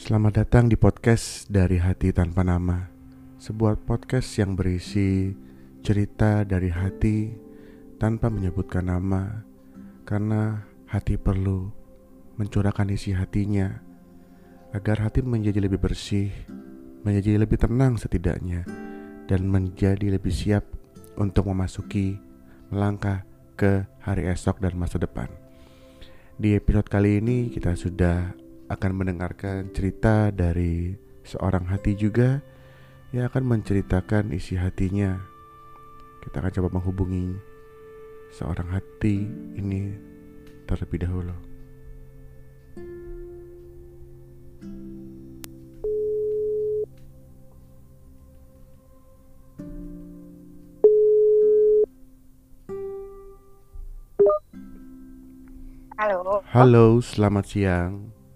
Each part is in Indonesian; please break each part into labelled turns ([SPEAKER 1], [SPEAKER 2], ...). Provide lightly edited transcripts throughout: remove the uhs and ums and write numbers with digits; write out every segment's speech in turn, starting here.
[SPEAKER 1] Selamat datang di podcast Dari Hati Tanpa Nama. Sebuah podcast yang berisi cerita dari hati tanpa menyebutkan nama, karena hati perlu mencurahkan isi hatinya agar hati menjadi lebih bersih, menjadi lebih tenang setidaknya, dan menjadi lebih siap untuk melangkah ke hari esok dan masa depan. Di episode kali ini kita sudah akan mendengarkan cerita dari seorang hati juga yang akan menceritakan isi hatinya. Kita akan coba menghubungi seorang hati ini terlebih dahulu. Halo, selamat siang.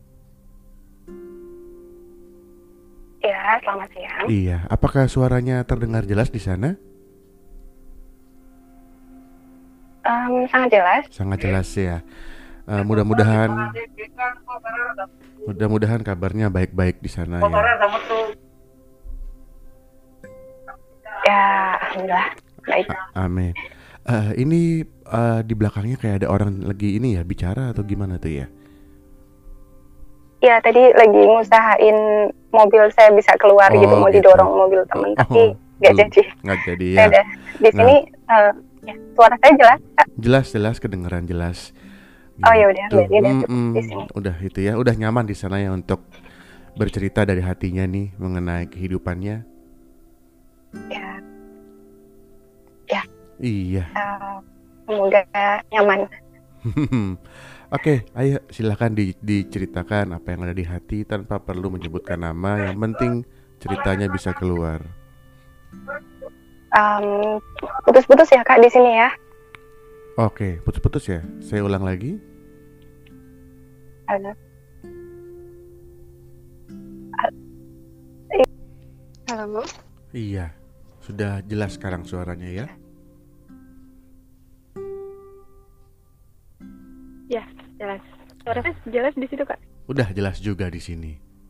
[SPEAKER 2] Ya, selamat siang.
[SPEAKER 1] Iya, apakah suaranya terdengar jelas di sana?
[SPEAKER 2] Sangat jelas.
[SPEAKER 1] Sangat jelas ya. Mudah-mudahan kabarnya baik-baik di sana ya.
[SPEAKER 2] Ya, alhamdulillah baik.
[SPEAKER 1] Amin. Ini di belakangnya kayak ada orang lagi ini ya bicara atau gimana tuh ya?
[SPEAKER 2] Ya, tadi lagi ngusahain mobil saya bisa keluar gitu, mau
[SPEAKER 1] gitu.
[SPEAKER 2] didorong mobil temen, tapi nggak jadi.
[SPEAKER 1] Nggak jadi ya.
[SPEAKER 2] Saya udah di sini. Ya, suara saya jelas, Kak?
[SPEAKER 1] Jelas kedengeran jelas.
[SPEAKER 2] Oh ya udah,
[SPEAKER 1] Tuh,
[SPEAKER 2] berarti udah cukup di sini.
[SPEAKER 1] udah itu ya, udah nyaman di sana ya untuk bercerita dari hatinya nih mengenai kehidupannya.
[SPEAKER 2] Ya,
[SPEAKER 1] Iya.
[SPEAKER 2] semoga nyaman.
[SPEAKER 1] Oke, ayo silakan diceritakan apa yang ada di hati tanpa perlu menyebutkan nama. Yang penting ceritanya bisa keluar.
[SPEAKER 2] Putus-putus ya Kak di sini ya.
[SPEAKER 1] Oke, putus-putus ya. Saya ulang lagi.
[SPEAKER 2] Halo.
[SPEAKER 1] Iya, sudah jelas sekarang suaranya ya.
[SPEAKER 2] Ya, jelas. Suaranya jelas di situ Kak.
[SPEAKER 1] Udah jelas juga di sini.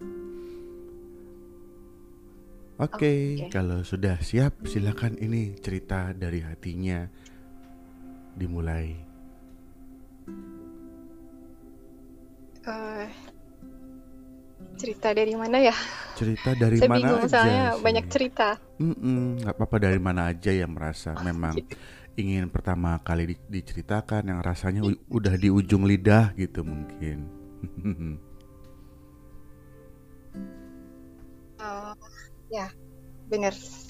[SPEAKER 1] Oke, kalau sudah siap silakan ini cerita dari hatinya dimulai.
[SPEAKER 3] Cerita dari mana ya?
[SPEAKER 1] Cerita dari
[SPEAKER 3] Saya
[SPEAKER 1] mana
[SPEAKER 3] bingung,
[SPEAKER 1] aja
[SPEAKER 3] soalnya
[SPEAKER 1] sih.
[SPEAKER 3] banyak cerita.
[SPEAKER 1] Nggak apa-apa, dari mana aja yang merasa memang ingin pertama kali diceritakan, yang rasanya udah di ujung lidah gitu mungkin.
[SPEAKER 3] Ya, benar.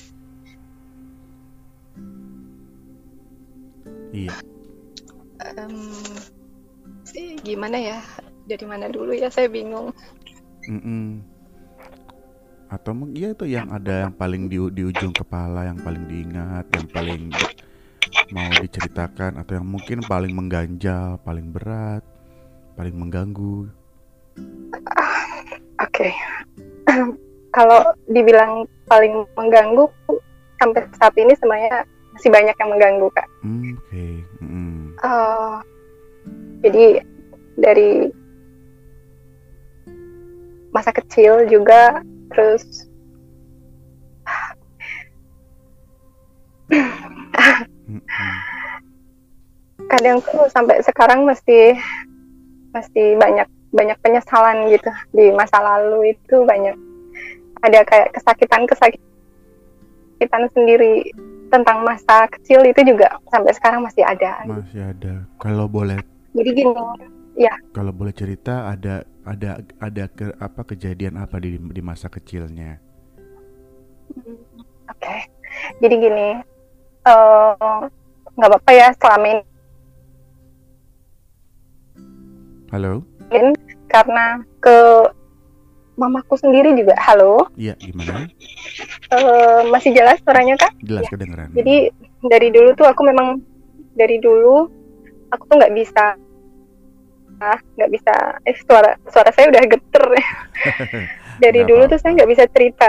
[SPEAKER 1] Iya.
[SPEAKER 3] Gimana ya? Dari mana dulu ya? Saya bingung.
[SPEAKER 1] Atau ya itu yang ada yang paling di ujung kepala, yang paling diingat, yang paling mau diceritakan, atau yang mungkin paling mengganjal, paling berat, paling mengganggu.
[SPEAKER 2] Oke. Kalau dibilang paling mengganggu, sampai saat ini sebenarnya masih banyak yang mengganggu Kak.
[SPEAKER 1] Oke.
[SPEAKER 2] Jadi dari masa kecil juga, terus kadang tuh sampai sekarang masih banyak penyesalan gitu. Di masa lalu itu banyak ada kayak kesakitan sendiri tentang masa kecil, itu juga sampai sekarang masih ada.
[SPEAKER 1] Masih ada. Kalau boleh.
[SPEAKER 2] Jadi gini, ya.
[SPEAKER 1] Kalau boleh cerita, ada kejadian apa di masa kecilnya?
[SPEAKER 2] Oke. Jadi gini, nggak apa-apa ya selama ini.
[SPEAKER 1] Halo?
[SPEAKER 2] Karena ke mamaku sendiri juga. Halo?
[SPEAKER 1] Iya, gimana?
[SPEAKER 2] Masih jelas suaranya Kak?
[SPEAKER 1] Jelas,
[SPEAKER 2] ya.
[SPEAKER 1] Kedengeran.
[SPEAKER 2] Jadi dari dulu tuh aku tuh nggak bisa. Suara saya udah geter. Dari dulu tuh saya nggak bisa cerita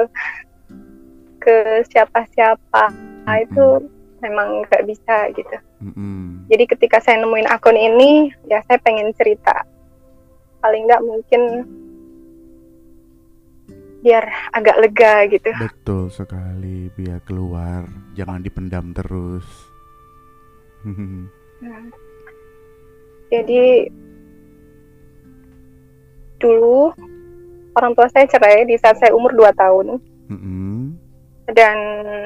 [SPEAKER 2] ke siapa-siapa. Itu memang nggak bisa gitu. Jadi ketika saya nemuin akun ini, ya saya pengen cerita. Paling nggak mungkin biar agak lega gitu.
[SPEAKER 1] Betul sekali, biar keluar, jangan dipendam terus.
[SPEAKER 2] Nah, jadi dulu orang tua saya cerai di saat saya umur 2 tahun. Dan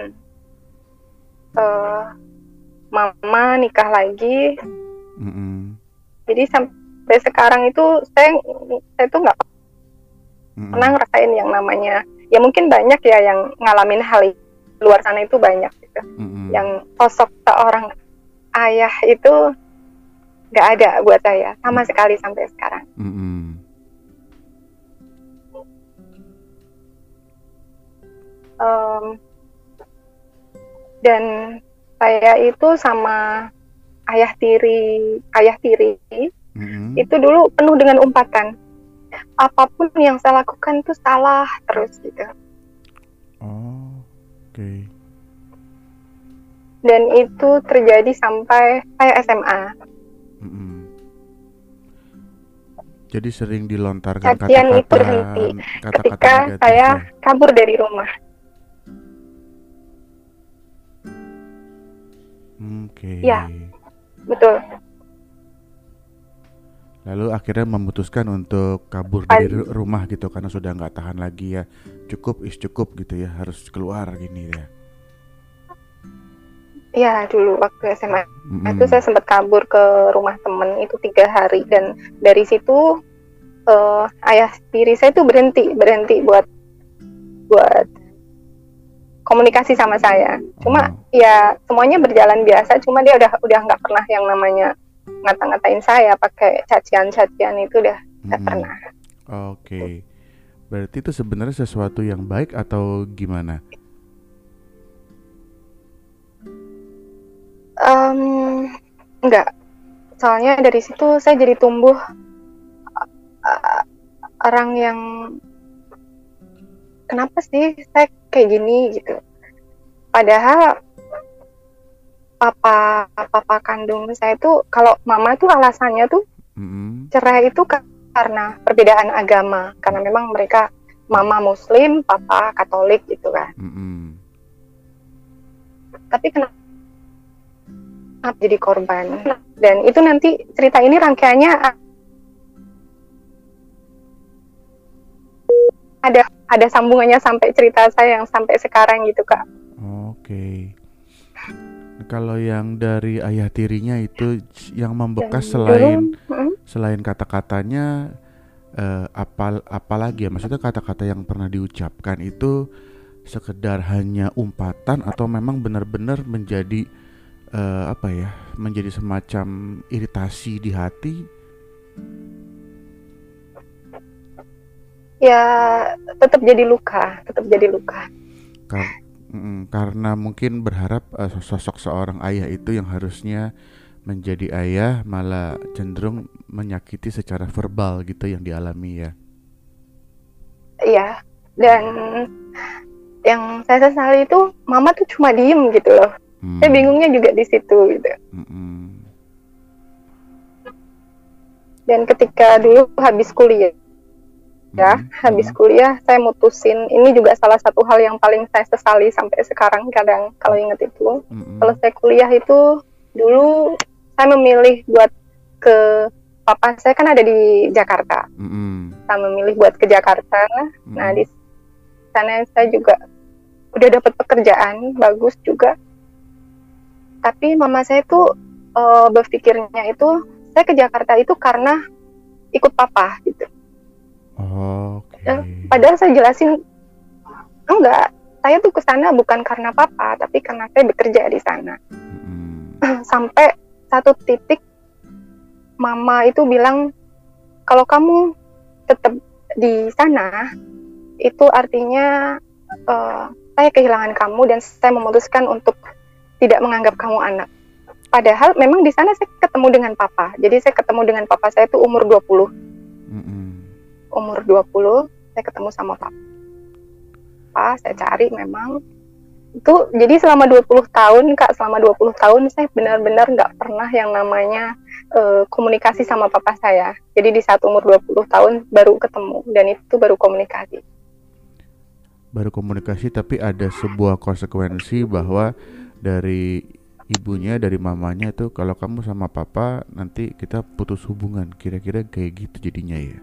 [SPEAKER 2] mama nikah lagi. Jadi sampai sekarang itu saya tuh nggak pernah ngerasain yang namanya, ya mungkin banyak ya yang ngalamin hal di luar sana itu banyak gitu. Yang sosok seorang ayah itu nggak ada buat saya sama sekali sampai sekarang. Dan saya itu sama ayah tiri itu dulu penuh dengan umpatan. Apapun yang saya lakukan tuh salah terus gitu.
[SPEAKER 1] Oke.
[SPEAKER 2] Dan itu terjadi sampai saya SMA.
[SPEAKER 1] Jadi sering dilontarkan
[SPEAKER 2] cacian itu berhenti ketika saya kabur dari rumah.
[SPEAKER 1] Oke.
[SPEAKER 2] Ya, betul.
[SPEAKER 1] Lalu akhirnya memutuskan untuk kabur dari rumah gitu karena sudah nggak tahan lagi ya. Cukup gitu ya, harus keluar gini ya.
[SPEAKER 2] Ya, dulu waktu SMA itu saya sempat kabur ke rumah temen itu 3 hari. Dan dari situ ayah tiri saya tuh berhenti buat komunikasi sama saya. Cuma ya semuanya berjalan biasa. Cuma dia udah nggak pernah yang namanya ngata-ngatain saya pakai cacian itu udah nggak pernah.
[SPEAKER 1] Oke. Berarti itu sebenarnya sesuatu yang baik atau gimana?
[SPEAKER 2] Enggak. Soalnya dari situ saya jadi tumbuh orang yang kenapa sih saya kayak gini gitu. Padahal papa kandung saya tuh, kalau mama tuh alasannya tuh cerai itu karena perbedaan agama, karena memang mereka mama Muslim, papa Katolik gitu kan. Tapi kenapa jadi korban? Dan itu nanti cerita ini rangkaiannya ada sambungannya sampai cerita saya yang sampai sekarang gitu Kak.
[SPEAKER 1] Oke. Kalau yang dari ayah tirinya itu yang membekas selain kata-katanya apalagi ya, maksudnya kata-kata yang pernah diucapkan itu sekedar hanya umpatan atau memang benar-benar menjadi menjadi semacam iritasi di hati?
[SPEAKER 2] Ya tetap jadi luka.
[SPEAKER 1] Karena mungkin berharap sosok seorang ayah itu yang harusnya menjadi ayah malah cenderung menyakiti secara verbal gitu yang dialami ya.
[SPEAKER 2] Iya, dan yang saya sesali itu mama tuh cuma diem gitu loh. Saya bingungnya juga di situ gitu. Dan ketika dulu habis kuliah saya mutusin, ini juga salah satu hal yang paling saya sesali sampai sekarang kadang kalau inget itu. Selesai kuliah itu dulu saya memilih buat ke papa saya kan ada di Jakarta. Saya memilih buat ke Jakarta. Nah di sana saya juga udah dapat pekerjaan bagus juga. Tapi mama saya tuh berpikirnya itu saya ke Jakarta itu karena ikut papa gitu. Padahal saya jelasin enggak, saya tuh ke sana bukan karena papa, tapi karena saya bekerja di sana. Sampai satu titik mama itu bilang, kalau kamu tetap di sana itu artinya saya kehilangan kamu dan saya memutuskan untuk tidak menganggap kamu anak. Padahal memang di sana saya ketemu dengan papa. Jadi saya ketemu dengan papa saya itu umur 20. Umur 20 saya ketemu sama papa. Saya cari memang itu. Jadi selama 20 tahun Kak, selama 20 tahun saya benar-benar nggak pernah yang namanya komunikasi sama papa saya. Jadi di saat umur 20 tahun baru ketemu dan itu baru komunikasi.
[SPEAKER 1] baru komunikasi tapi ada sebuah konsekuensi bahwa dari ibunya, dari mamanya itu kalau kamu sama papa nanti kita putus hubungan, kira-kira kayak gitu jadinya ya.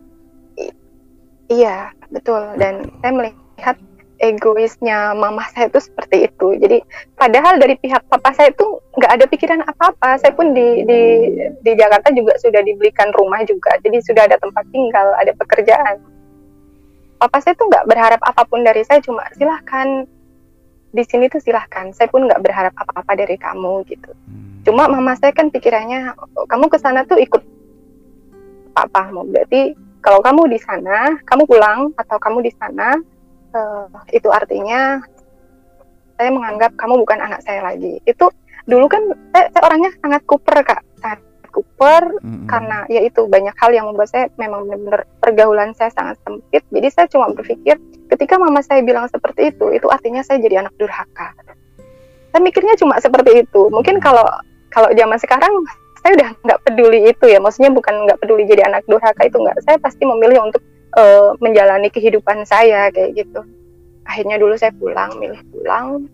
[SPEAKER 2] Iya, betul. Dan
[SPEAKER 1] Betul.
[SPEAKER 2] saya melihat egoisnya mama saya itu seperti itu. Jadi padahal dari pihak papa saya itu nggak ada pikiran apa-apa. Saya pun di Jakarta juga sudah dibelikan rumah juga. Jadi sudah ada tempat tinggal, ada pekerjaan. Papa saya tuh nggak berharap apapun dari saya, cuma silahkan di sini tuh silahkan. Saya pun nggak berharap apa-apa dari kamu gitu. Cuma mama saya kan pikirannya, kamu ke sana tuh ikut papamu. Berarti kalau kamu di sana, kamu pulang atau kamu di sana, itu artinya saya menganggap kamu bukan anak saya lagi. Itu dulu kan saya orangnya sangat kuper, Kak. Sangat kuper karena ya itu banyak hal yang membuat saya memang benar-benar pergaulan saya sangat sempit. Jadi saya cuma berpikir ketika mama saya bilang seperti itu artinya saya jadi anak durhaka. Saya mikirnya cuma seperti itu. Mungkin kalau zaman sekarang saya udah nggak peduli itu ya, maksudnya bukan nggak peduli jadi anak durhaka itu nggak, saya pasti memilih untuk menjalani kehidupan saya kayak gitu. Akhirnya dulu saya milih pulang.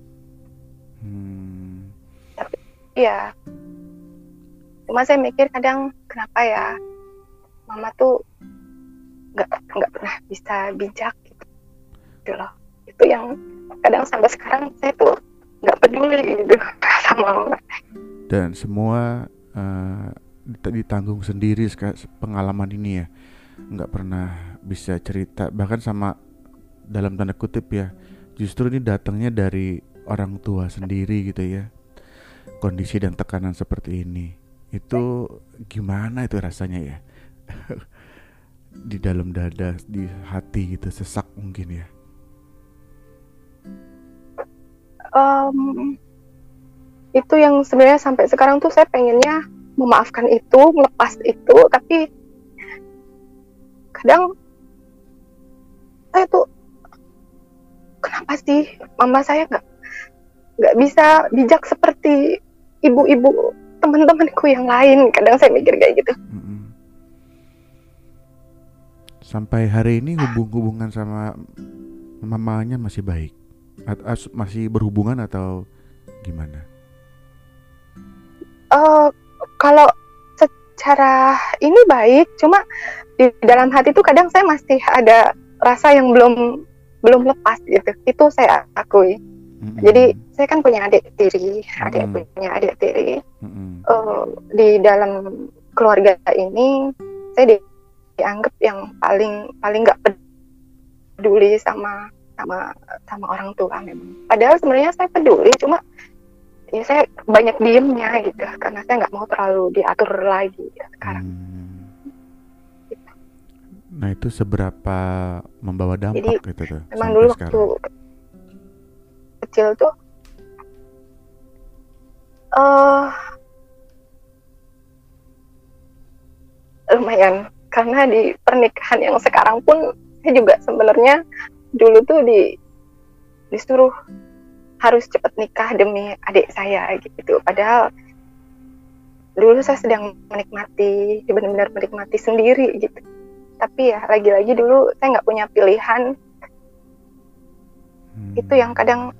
[SPEAKER 2] Tapi ya, cuma saya mikir kadang kenapa ya mama tuh nggak pernah bisa bijak gitu loh. Itu yang kadang sampai sekarang saya tuh nggak peduli gitu sama mama.
[SPEAKER 1] Dan semua ditanggung sendiri pengalaman ini ya, nggak pernah bisa cerita bahkan sama dalam tanda kutip ya, justru ini datangnya dari orang tua sendiri gitu ya. Kondisi dan tekanan seperti ini itu gimana itu rasanya ya? Di dalam dada, di hati gitu, sesak mungkin ya.
[SPEAKER 2] Itu yang sebenarnya sampai sekarang tuh saya pengennya memaafkan itu, melepas itu, tapi kadang saya tuh kenapa sih mama saya nggak bisa bijak seperti ibu-ibu teman-temanku yang lain. Kadang saya mikir kayak gitu.
[SPEAKER 1] Sampai hari ini hubungan sama mamanya masih baik? Masih berhubungan atau gimana?
[SPEAKER 2] Kalau secara ini baik, cuma di dalam hati tuh kadang saya masih ada rasa yang belum lepas gitu. Itu saya akui. Jadi saya kan punya adik tiri, di dalam keluarga ini saya dianggap yang paling nggak peduli sama orang tua memang. Padahal sebenarnya saya peduli, cuma ya saya banyak diemnya gitu karena saya nggak mau terlalu diatur lagi ya, sekarang.
[SPEAKER 1] Nah itu seberapa membawa dampak. Jadi, gitu tuh?
[SPEAKER 2] Memang dulu sekarang. Waktu kecil tuh lumayan, karena di pernikahan yang sekarang pun saya juga sebenarnya dulu tuh disuruh harus cepat nikah demi adik saya gitu. Padahal dulu saya sedang menikmati, benar-benar menikmati sendiri gitu. Tapi ya lagi-lagi dulu saya nggak punya pilihan. Itu yang kadang.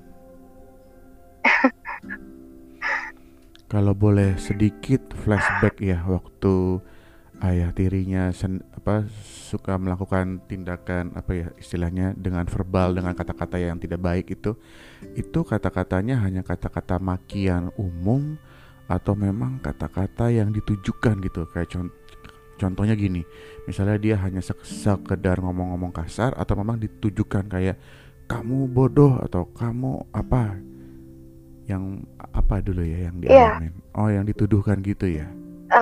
[SPEAKER 1] Kalau boleh sedikit flashback ya, waktu ayah tirinya suka melakukan tindakan istilahnya dengan verbal, dengan kata-kata yang tidak baik itu kata-katanya hanya kata-kata makian umum atau memang kata-kata yang ditujukan gitu, kayak contohnya gini, misalnya dia hanya sekedar ngomong-ngomong kasar atau memang ditujukan kayak kamu bodoh atau kamu apa, yang apa dulu ya yang dialamin? Oh, yang dituduhkan gitu ya?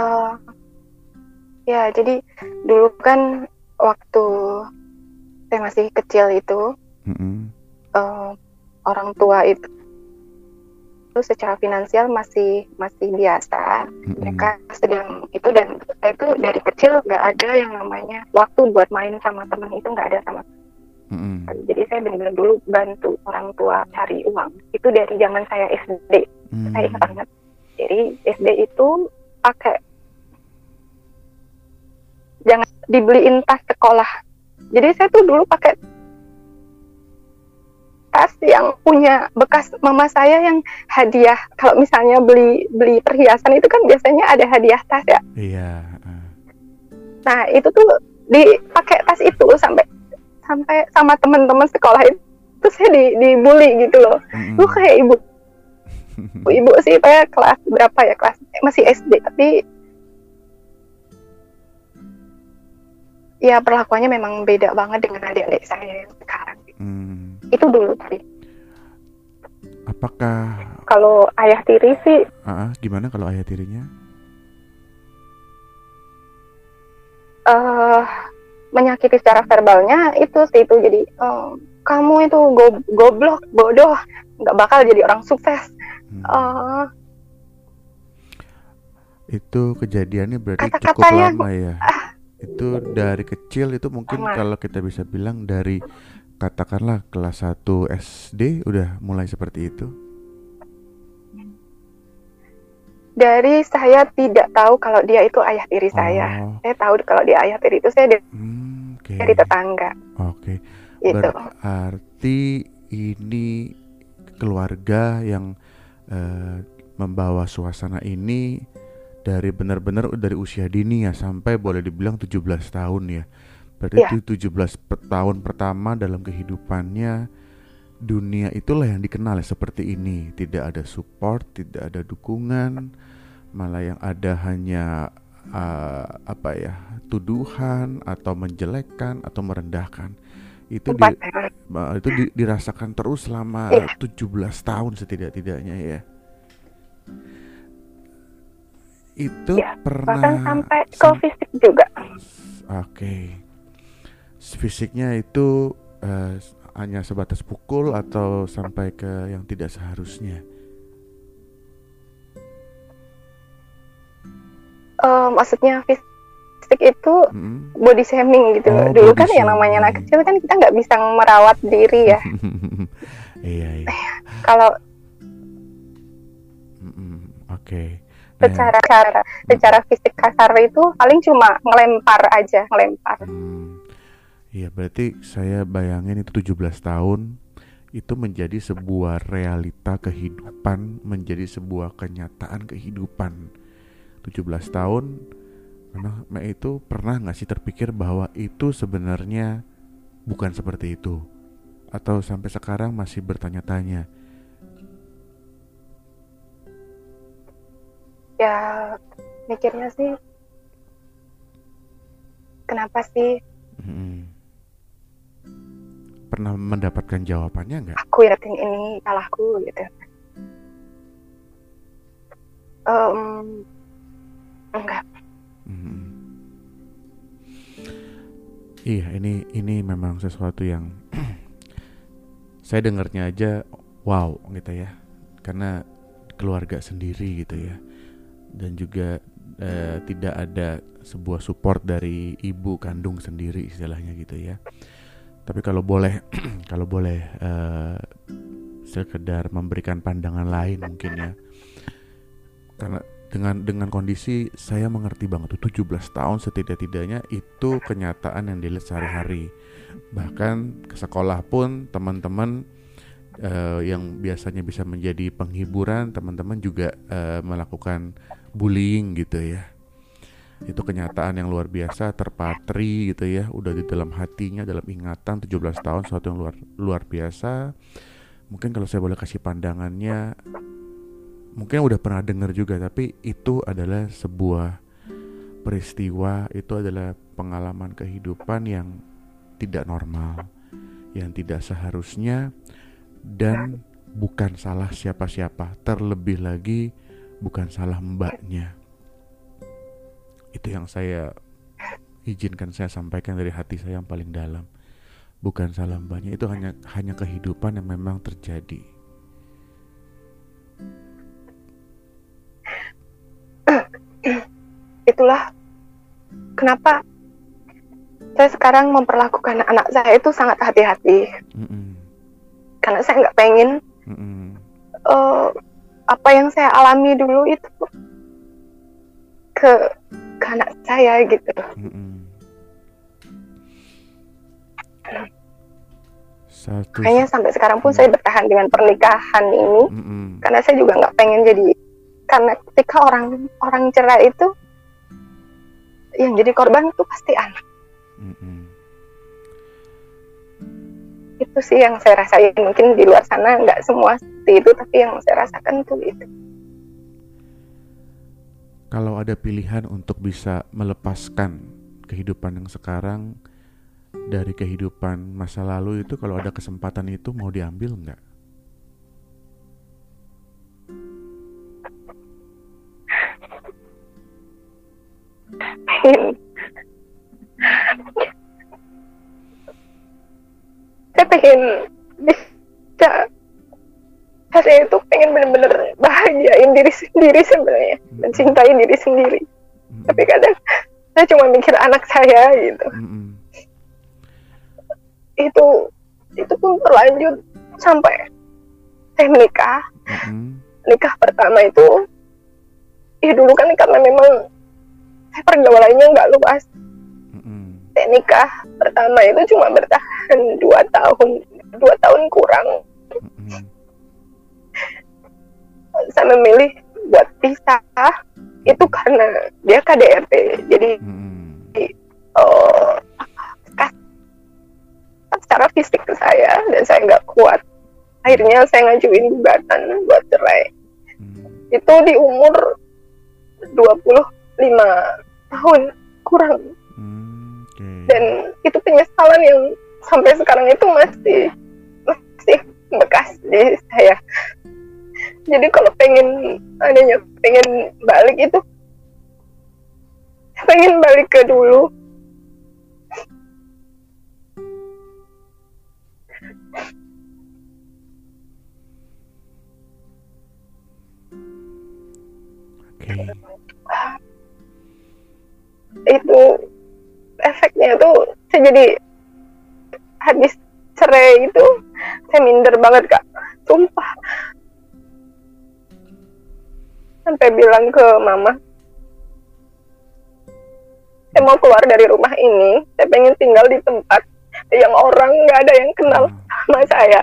[SPEAKER 2] Ya, jadi dulu kan waktu saya masih kecil itu, orang tua itu secara finansial masih biasa. Mereka sedang itu, dan saya itu dari kecil nggak ada yang namanya waktu buat main sama teman, itu nggak ada sama. Jadi saya benar-benar dulu bantu orang tua cari uang. Itu dari zaman saya SD. Saya ingat banget. Jadi SD itu pakai jangan dibeliin tas sekolah. Jadi saya tuh dulu pakai tas yang punya bekas mama saya yang hadiah. Kalau misalnya beli perhiasan itu kan biasanya ada hadiah tas ya.
[SPEAKER 1] Iya.
[SPEAKER 2] Nah itu tuh dipakai tas itu sampai sama teman-teman sekolah itu saya dibully gitu loh. Lu kayak ibu sih, saya kelas berapa ya, masih SD, tapi ya perlakuannya memang beda banget dengan adik-adik saya yang sekarang. Itu dulu tadi.
[SPEAKER 1] Apakah
[SPEAKER 2] kalau ayah tiri sih
[SPEAKER 1] gimana kalau ayah tirinya?
[SPEAKER 2] Menyakiti secara verbalnya itu sih, itu jadi kamu itu goblok, bodoh, nggak bakal jadi orang sukses.
[SPEAKER 1] Itu kejadiannya berarti cukup
[SPEAKER 2] Kata-katanya
[SPEAKER 1] lama ya. Itu dari kecil, itu mungkin kalau kita bisa bilang dari katakanlah kelas 1 SD udah mulai seperti itu.
[SPEAKER 2] Dari saya tidak tahu kalau dia itu ayah tiri saya. Saya tahu kalau dia ayah tiri itu saya dari tetangga.
[SPEAKER 1] Oke.
[SPEAKER 2] Gitu.
[SPEAKER 1] Berarti ini keluarga yang membawa suasana ini dari benar-benar dari usia dini ya, sampai boleh dibilang 17 tahun ya. Berarti itu 17 tahun pertama dalam kehidupannya, dunia itulah yang dikenal seperti ini. Tidak ada support, tidak ada dukungan, malah yang ada hanya tuduhan atau menjelekkan atau merendahkan. Itu dirasakan terus selama 17 tahun setidak-tidaknya ya. Itu pernah
[SPEAKER 2] bahkan sampai ke fisik juga.
[SPEAKER 1] Oke. Fisiknya itu hanya sebatas pukul atau sampai ke yang tidak seharusnya?
[SPEAKER 2] Maksudnya fisik itu body shaming gitu. Dulu kan yang namanya anak kecil kan kita nggak bisa merawat diri ya.
[SPEAKER 1] Iya.
[SPEAKER 2] Kalau
[SPEAKER 1] oke.
[SPEAKER 2] Secara fisik kasar itu paling cuma ngelempar.
[SPEAKER 1] Iya, berarti saya bayangin itu 17 tahun itu menjadi sebuah realita kehidupan, menjadi sebuah kenyataan kehidupan. 17 tahun, memang itu pernah gak sih terpikir bahwa itu sebenarnya bukan seperti itu? Atau sampai sekarang masih bertanya-tanya?
[SPEAKER 2] Ya mikirnya sih kenapa sih?
[SPEAKER 1] Pernah mendapatkan jawabannya nggak?
[SPEAKER 2] Aku yakin ini salahku gitu. Enggak.
[SPEAKER 1] Iya, ini memang sesuatu yang saya dengarnya aja wow gitu ya, karena keluarga sendiri gitu ya. Dan juga tidak ada sebuah support dari ibu kandung sendiri istilahnya gitu ya. Tapi kalau boleh sekedar memberikan pandangan lain mungkin ya, karena dengan kondisi saya mengerti banget tuh 17 tahun setidak-tidaknya itu kenyataan yang dilihat sehari-hari. Bahkan ke sekolah pun teman-teman yang biasanya bisa menjadi penghiburan, teman-teman juga melakukan bullying gitu ya. Itu kenyataan yang luar biasa, terpatri gitu ya, udah di dalam hatinya, dalam ingatan. 17 tahun sesuatu yang luar biasa. Mungkin kalau saya boleh kasih pandangannya, mungkin udah pernah dengar juga, tapi itu adalah sebuah peristiwa, itu adalah pengalaman kehidupan yang tidak normal, yang tidak seharusnya, dan bukan salah siapa-siapa, terlebih lagi bukan salah mbaknya. Itu yang saya izinkan saya sampaikan dari hati saya yang paling dalam. Bukan salah mbaknya, itu hanya kehidupan yang memang terjadi.
[SPEAKER 2] Itulah kenapa saya sekarang memperlakukan anak saya itu sangat hati-hati. Karena saya nggak pengen apa yang saya alami dulu itu ke anak saya gitu. Makanya sampai sekarang pun saya bertahan dengan pernikahan ini, karena saya juga nggak pengen jadi, karena ketika orang cerai itu yang jadi korban itu pasti anak. Itu sih yang saya rasain. Mungkin di luar sana nggak semua seperti itu, tapi yang saya rasakan tuh itu.
[SPEAKER 1] Kalau ada pilihan untuk bisa melepaskan kehidupan yang sekarang dari kehidupan masa lalu itu, kalau ada kesempatan itu mau diambil nggak?
[SPEAKER 2] Saya pengen bisa, saya itu pengen benar-benar bahagiain diri sendiri sebenarnya, mencintai diri sendiri. Tapi kadang saya cuma mikir anak saya gitu. Itu pun berlanjut sampai saya menikah. Nikah pertama itu, ya dulu kan karena memang saya pergaulannya nggak luas. Saya nikah pertama itu cuma bertahan 2 tahun kurang. Saya memilih buat pisah itu karena dia KDRT, jadi secara fisik ke saya dan saya nggak kuat. Akhirnya saya ngajuin gugatan buat cerai. Itu di umur 25 tahun kurang. Dan itu penyesalan yang sampai sekarang itu masih bekas di saya. Jadi kalau pengen balik itu, pengen balik ke dulu. Itu efeknya tuh saya jadi habis cerai itu saya minder banget Kak, sumpah. Sampai bilang ke mama, saya mau keluar dari rumah ini, saya pengen tinggal di tempat yang orang nggak ada yang kenal sama saya.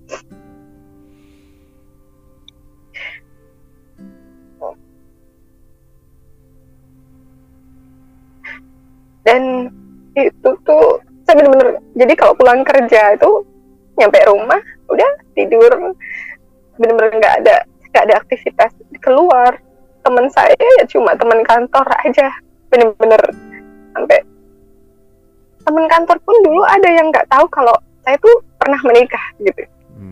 [SPEAKER 2] Dan itu tuh saya bener-bener, jadi kalau pulang kerja itu nyampe rumah udah tidur, bener-bener nggak ada aktivitas keluar. Teman saya ya cuma teman kantor aja, bener-bener sampai teman kantor pun dulu ada yang nggak tahu kalau saya tuh pernah menikah gitu.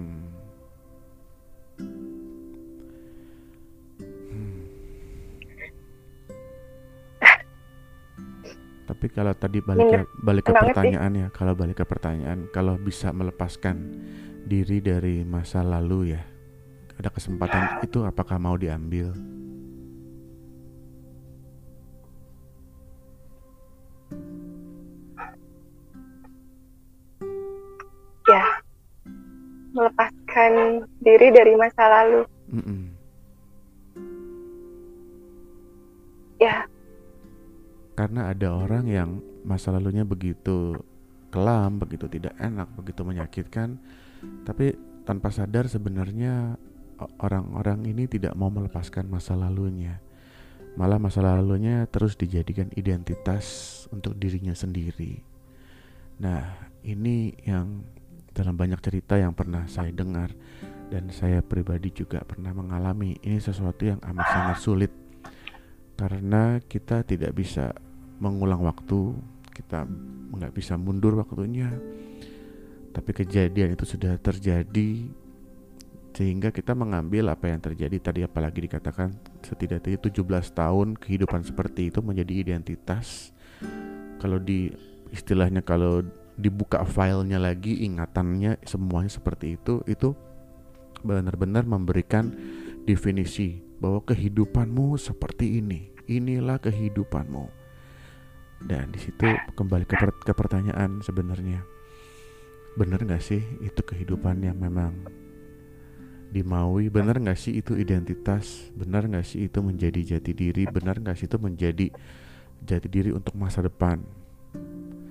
[SPEAKER 1] Tapi kalau tadi balik ke pertanyaan ya, kalau bisa melepaskan diri dari masa lalu ya, ada kesempatan itu apakah mau diambil?
[SPEAKER 2] Ya, melepaskan diri dari masa lalu. Ya.
[SPEAKER 1] Karena ada orang yang masa lalunya begitu kelam, begitu tidak enak, begitu menyakitkan, tapi tanpa sadar sebenarnya orang-orang ini tidak mau melepaskan masa lalunya. Malah masa lalunya terus dijadikan identitas untuk dirinya sendiri. Nah, ini yang dalam banyak cerita yang pernah saya dengar dan saya pribadi juga pernah mengalami. Ini sesuatu yang amat sangat sulit karena kita tidak bisa mengulang waktu, kita nggak bisa mundur waktunya, tapi kejadian itu sudah terjadi sehingga kita mengambil apa yang terjadi tadi, apalagi dikatakan setidaknya 17 tahun kehidupan seperti itu menjadi identitas. Kalau istilahnya kalau dibuka filenya lagi, ingatannya semuanya seperti itu benar-benar memberikan definisi bahwa kehidupanmu seperti ini, inilah kehidupanmu. Dan di situ kembali ke pertanyaan sebenarnya, benar nggak sih itu kehidupan yang memang dimaui? Benar nggak sih itu identitas? Benar nggak sih itu menjadi jati diri? Benar nggak sih itu menjadi jati diri untuk masa depan?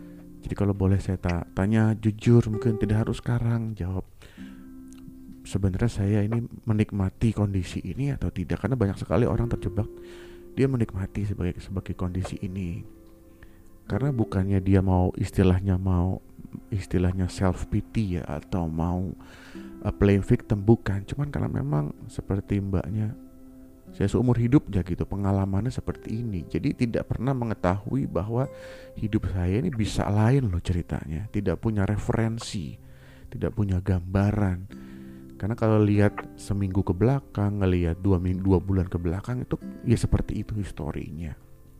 [SPEAKER 1] Jadi kalau boleh saya tanya jujur, mungkin tidak harus sekarang jawab, sebenarnya saya ini menikmati kondisi ini atau tidak. Karena banyak sekali orang terjebak, dia menikmati sebagai kondisi ini. Karena bukannya dia mau istilahnya self pity ya, atau mau playing victim, bukan. Cuman karena memang seperti mbaknya, saya seumur hidup ya gitu, pengalamannya seperti ini. Jadi tidak pernah mengetahui bahwa hidup saya ini bisa lain loh ceritanya. Tidak punya referensi, tidak punya gambaran. Karena kalau lihat seminggu ke belakang, ngelihat 2 bulan ke belakang, itu ya seperti itu historinya.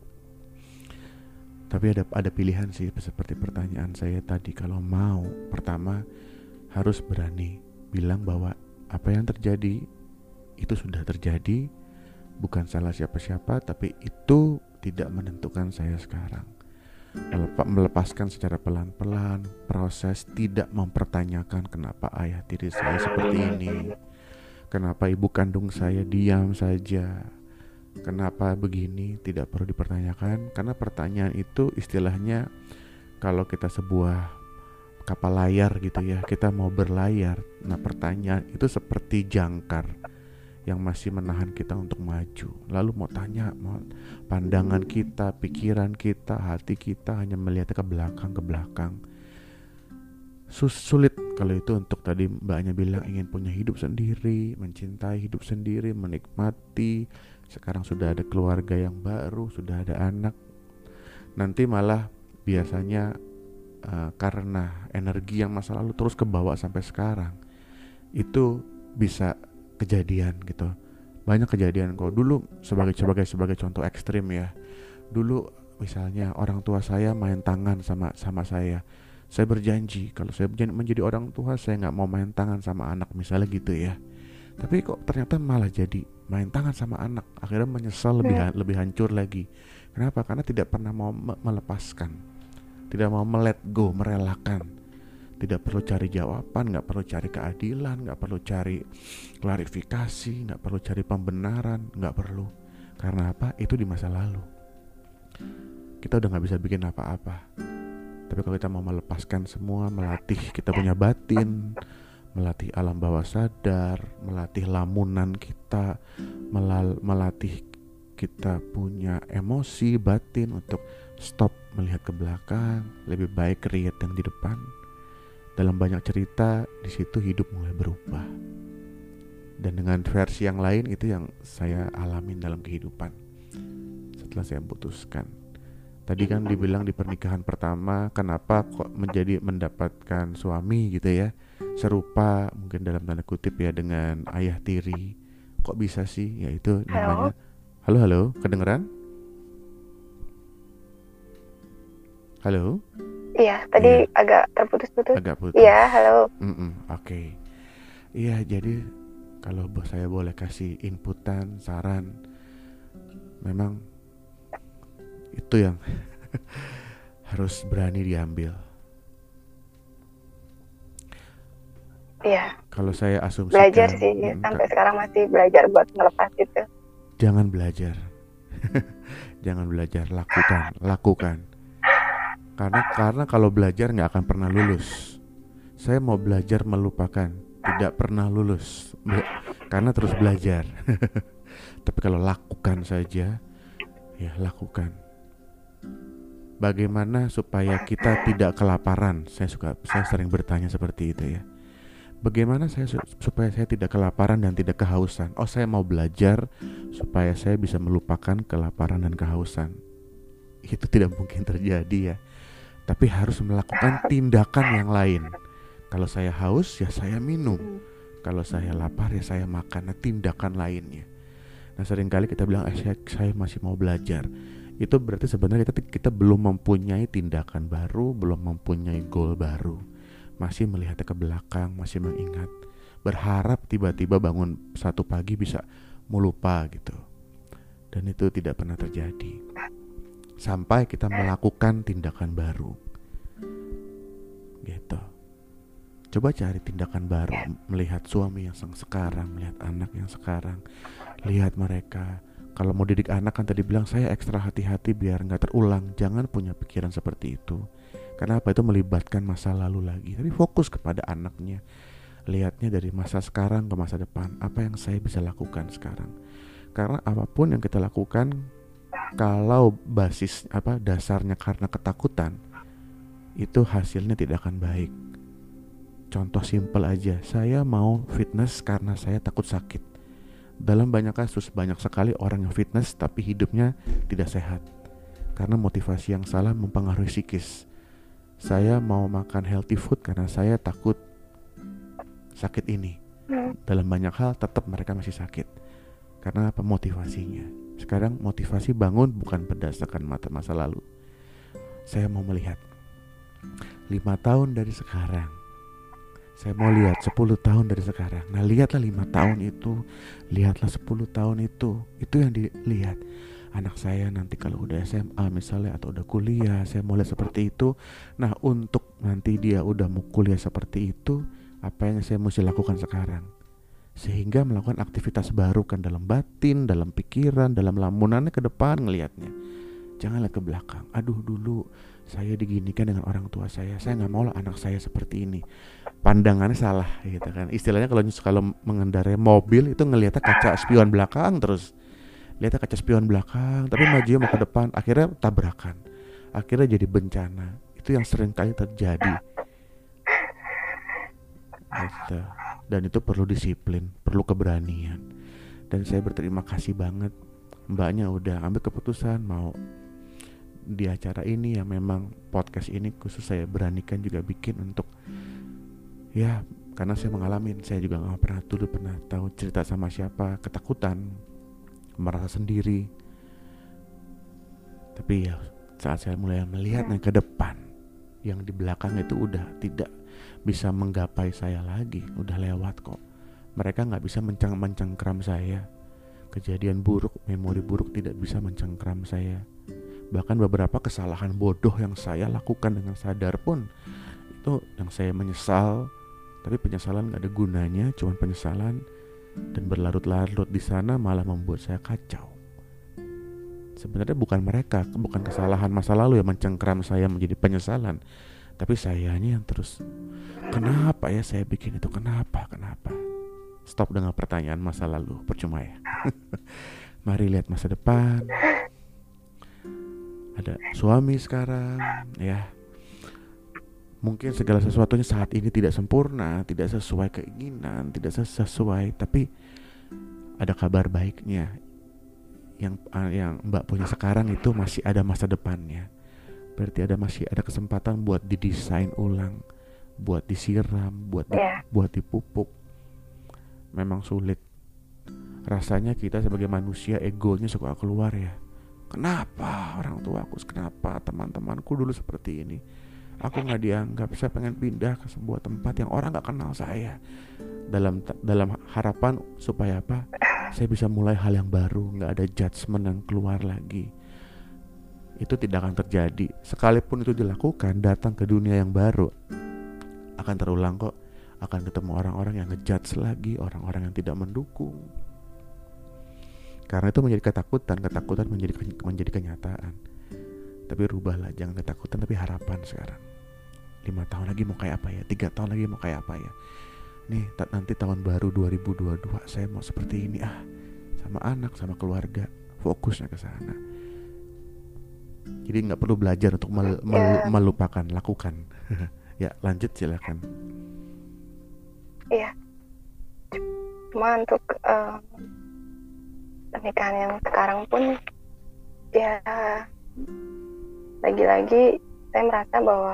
[SPEAKER 1] Tapi ada pilihan sih, seperti pertanyaan saya tadi. Kalau mau, pertama harus berani bilang bahwa apa yang terjadi itu sudah terjadi, bukan salah siapa-siapa, tapi itu tidak menentukan saya sekarang. Melepaskan secara pelan-pelan, proses, tidak mempertanyakan kenapa ayah tiri saya seperti ini, kenapa ibu kandung saya diam saja, kenapa begini, tidak perlu dipertanyakan. Karena pertanyaan itu istilahnya, kalau kita sebuah kapal layar gitu ya, kita mau berlayar. Nah pertanyaan itu seperti jangkar yang masih menahan kita untuk maju. Lalu mau pandangan kita, pikiran kita, hati kita hanya melihat ke belakang. Sulit kalau itu untuk tadi mbaknya bilang ingin punya hidup sendiri, mencintai hidup sendiri, menikmati. Sekarang sudah ada keluarga yang baru, sudah ada anak. Nanti malah biasanya karena energi yang masa lalu terus kebawa sampai sekarang, itu bisa kejadian gitu. Banyak kejadian kok. Dulu sebagai contoh ekstrim ya. Dulu misalnya orang tua saya main tangan sama saya. Saya berjanji kalau saya menjadi orang tua, saya nggak mau main tangan sama anak, misalnya gitu ya. Tapi kok ternyata malah jadi main tangan sama anak. Akhirnya menyesal lebih hancur lagi. Kenapa? Karena tidak pernah mau melepaskan, tidak mau let go, merelakan. Tidak perlu cari jawaban, gak perlu cari keadilan, gak perlu cari klarifikasi, gak perlu cari pembenaran, gak perlu. Karena apa? Itu di masa lalu. Kita udah gak bisa bikin apa-apa. Tapi kalau kita mau melepaskan semua, melatih kita punya batin, melatih alam bawah sadar, melatih lamunan kita, melatih kita punya emosi batin untuk stop melihat ke belakang, lebih baik lihat yang di depan. Dalam banyak cerita, di situ hidup mulai berubah. Dan dengan versi yang lain, itu yang saya alamin dalam kehidupan setelah saya putuskan. Tadi kan dibilang di pernikahan pertama, kenapa kok mendapatkan suami gitu ya, serupa mungkin dalam tanda kutip ya dengan ayah tiri. Kok bisa sih? Ya itu namanya. Halo, kedengeran? Halo?
[SPEAKER 2] Iya, tadi agak terputus-putus.
[SPEAKER 1] Agak putus.
[SPEAKER 2] Iya, halo.
[SPEAKER 1] Oke. Iya, jadi kalau saya boleh kasih inputan, saran, memang itu yang harus berani diambil.
[SPEAKER 2] Iya.
[SPEAKER 1] Kalau saya asumsikan,
[SPEAKER 2] belajar sih, sampai sekarang masih belajar buat ngelepas itu.
[SPEAKER 1] Jangan belajar. Jangan belajar, lakukan. Karena kalau belajar nggak akan pernah lulus. Saya mau belajar melupakan, tidak pernah lulus, karena terus belajar. Tapi kalau lakukan saja, ya lakukan. Bagaimana supaya kita tidak kelaparan? Saya sering bertanya seperti itu ya. Bagaimana supaya saya tidak kelaparan dan tidak kehausan? Oh, saya mau belajar supaya saya bisa melupakan kelaparan dan kehausan. Itu tidak mungkin terjadi ya. Tapi harus melakukan tindakan yang lain. Kalau saya haus, ya saya minum. Kalau saya lapar, ya saya makan. Nah, tindakan lainnya. Nah, seringkali kita bilang, saya masih mau belajar. Itu berarti sebenarnya kita belum mempunyai tindakan baru, belum mempunyai goal baru. Masih melihatnya ke belakang, masih mengingat. Berharap tiba-tiba bangun satu pagi bisa melupa gitu. Dan itu tidak pernah terjadi. Sampai kita melakukan tindakan baru gitu. Coba cari tindakan baru. Melihat suami yang sekarang, melihat anak yang sekarang, lihat mereka. Kalau mau didik anak kan tadi bilang saya ekstra hati-hati biar gak terulang. Jangan punya pikiran seperti itu. Karena apa? Itu melibatkan masa lalu lagi. Tapi fokus kepada anaknya. Lihatnya dari masa sekarang ke masa depan. Apa yang saya bisa lakukan sekarang? Karena apapun yang kita lakukan, kalau dasarnya karena ketakutan, itu hasilnya tidak akan baik. Contoh simpel aja, saya mau fitness karena saya takut sakit. Dalam banyak kasus, banyak sekali orang yang fitness tapi hidupnya tidak sehat karena motivasi yang salah mempengaruhi psikis. Saya mau makan healthy food karena saya takut sakit ini. Dalam banyak hal tetap mereka masih sakit. Karena apa? Motivasinya. Sekarang motivasi bangun bukan berdasarkan masa lalu. Saya mau melihat 5 tahun dari sekarang. Saya mau lihat 10 tahun dari sekarang. Nah, lihatlah 5 tahun itu, lihatlah 10 tahun itu. Itu yang dilihat. Anak saya nanti kalau udah SMA misalnya atau udah kuliah, saya mau lihat seperti itu. Nah, untuk nanti dia udah mau kuliah seperti itu, apa yang saya mesti lakukan sekarang? Sehingga melakukan aktivitas baru kan dalam batin, dalam pikiran, dalam lamunannya ke depan ngelihatnya. Jangan lihat ke belakang. Aduh, dulu saya diginikan dengan orang tua saya nggak mau lah anak saya seperti ini. Pandangannya salah gitu kan. Istilahnya kalau mengendarai mobil itu ngelihatnya kaca spion belakang terus. Lihatnya kaca spion belakang, tapi maju mau ke depan, akhirnya tabrakan. Akhirnya jadi bencana. Itu yang sering kali terjadi. Gitu. Dan itu perlu disiplin, perlu keberanian. Dan saya berterima kasih banget mbaknya udah ambil keputusan mau di acara ini yang memang podcast ini khusus saya beranikan juga bikin untuk ya karena saya mengalami, saya juga nggak pernah tahu cerita sama siapa, ketakutan, merasa sendiri. Tapi ya saat saya mulai melihat yang ke depan, yang di belakang itu udah tidak bisa menggapai saya lagi, udah lewat kok. Mereka nggak bisa mencengkram saya. Kejadian buruk, memori buruk tidak bisa mencengkram saya. Bahkan beberapa kesalahan bodoh yang saya lakukan dengan sadar pun itu yang saya menyesal, tapi penyesalan gak ada gunanya, cuma penyesalan dan berlarut-larut di sana malah membuat saya kacau. Sebenarnya bukan mereka, bukan kesalahan masa lalu yang mencengkram saya menjadi penyesalan, tapi sayanya yang terus kenapa ya saya bikin itu, kenapa. Stop dengan pertanyaan masa lalu, percuma ya. Mari lihat masa depan. Ada suami sekarang ya. Mungkin segala sesuatunya saat ini tidak sempurna, tidak sesuai keinginan, tidak sesuai, tapi ada kabar baiknya. Yang Mbak punya sekarang itu masih ada masa depannya. Berarti masih ada kesempatan buat didesain ulang, buat disiram, buat dipupuk. Memang sulit. Rasanya kita sebagai manusia egonya suka keluar ya. Kenapa orang tuaku, kenapa teman-temanku dulu seperti ini? Aku gak dianggap, saya pengen pindah ke sebuah tempat yang orang gak kenal saya. Dalam harapan supaya apa? Saya bisa mulai hal yang baru, gak ada judgement yang keluar lagi. Itu tidak akan terjadi. Sekalipun itu dilakukan, datang ke dunia yang baru, akan terulang kok. Akan ketemu orang-orang yang ngejudge lagi, orang-orang yang tidak mendukung. Karena itu menjadi ketakutan menjadi kenyataan. Tapi rubahlah, jangan ketakutan tapi harapan sekarang. 5 tahun lagi mau kayak apa ya, 3 tahun lagi mau kayak apa ya. Nih nanti tahun baru 2022 saya mau seperti ini sama anak, sama keluarga. Fokusnya ke sana. Jadi gak perlu belajar untuk melupakan, lakukan. Ya lanjut silakan.
[SPEAKER 2] Iya. Cuma untuk pernikahan yang sekarang pun ya lagi-lagi saya merasa bahwa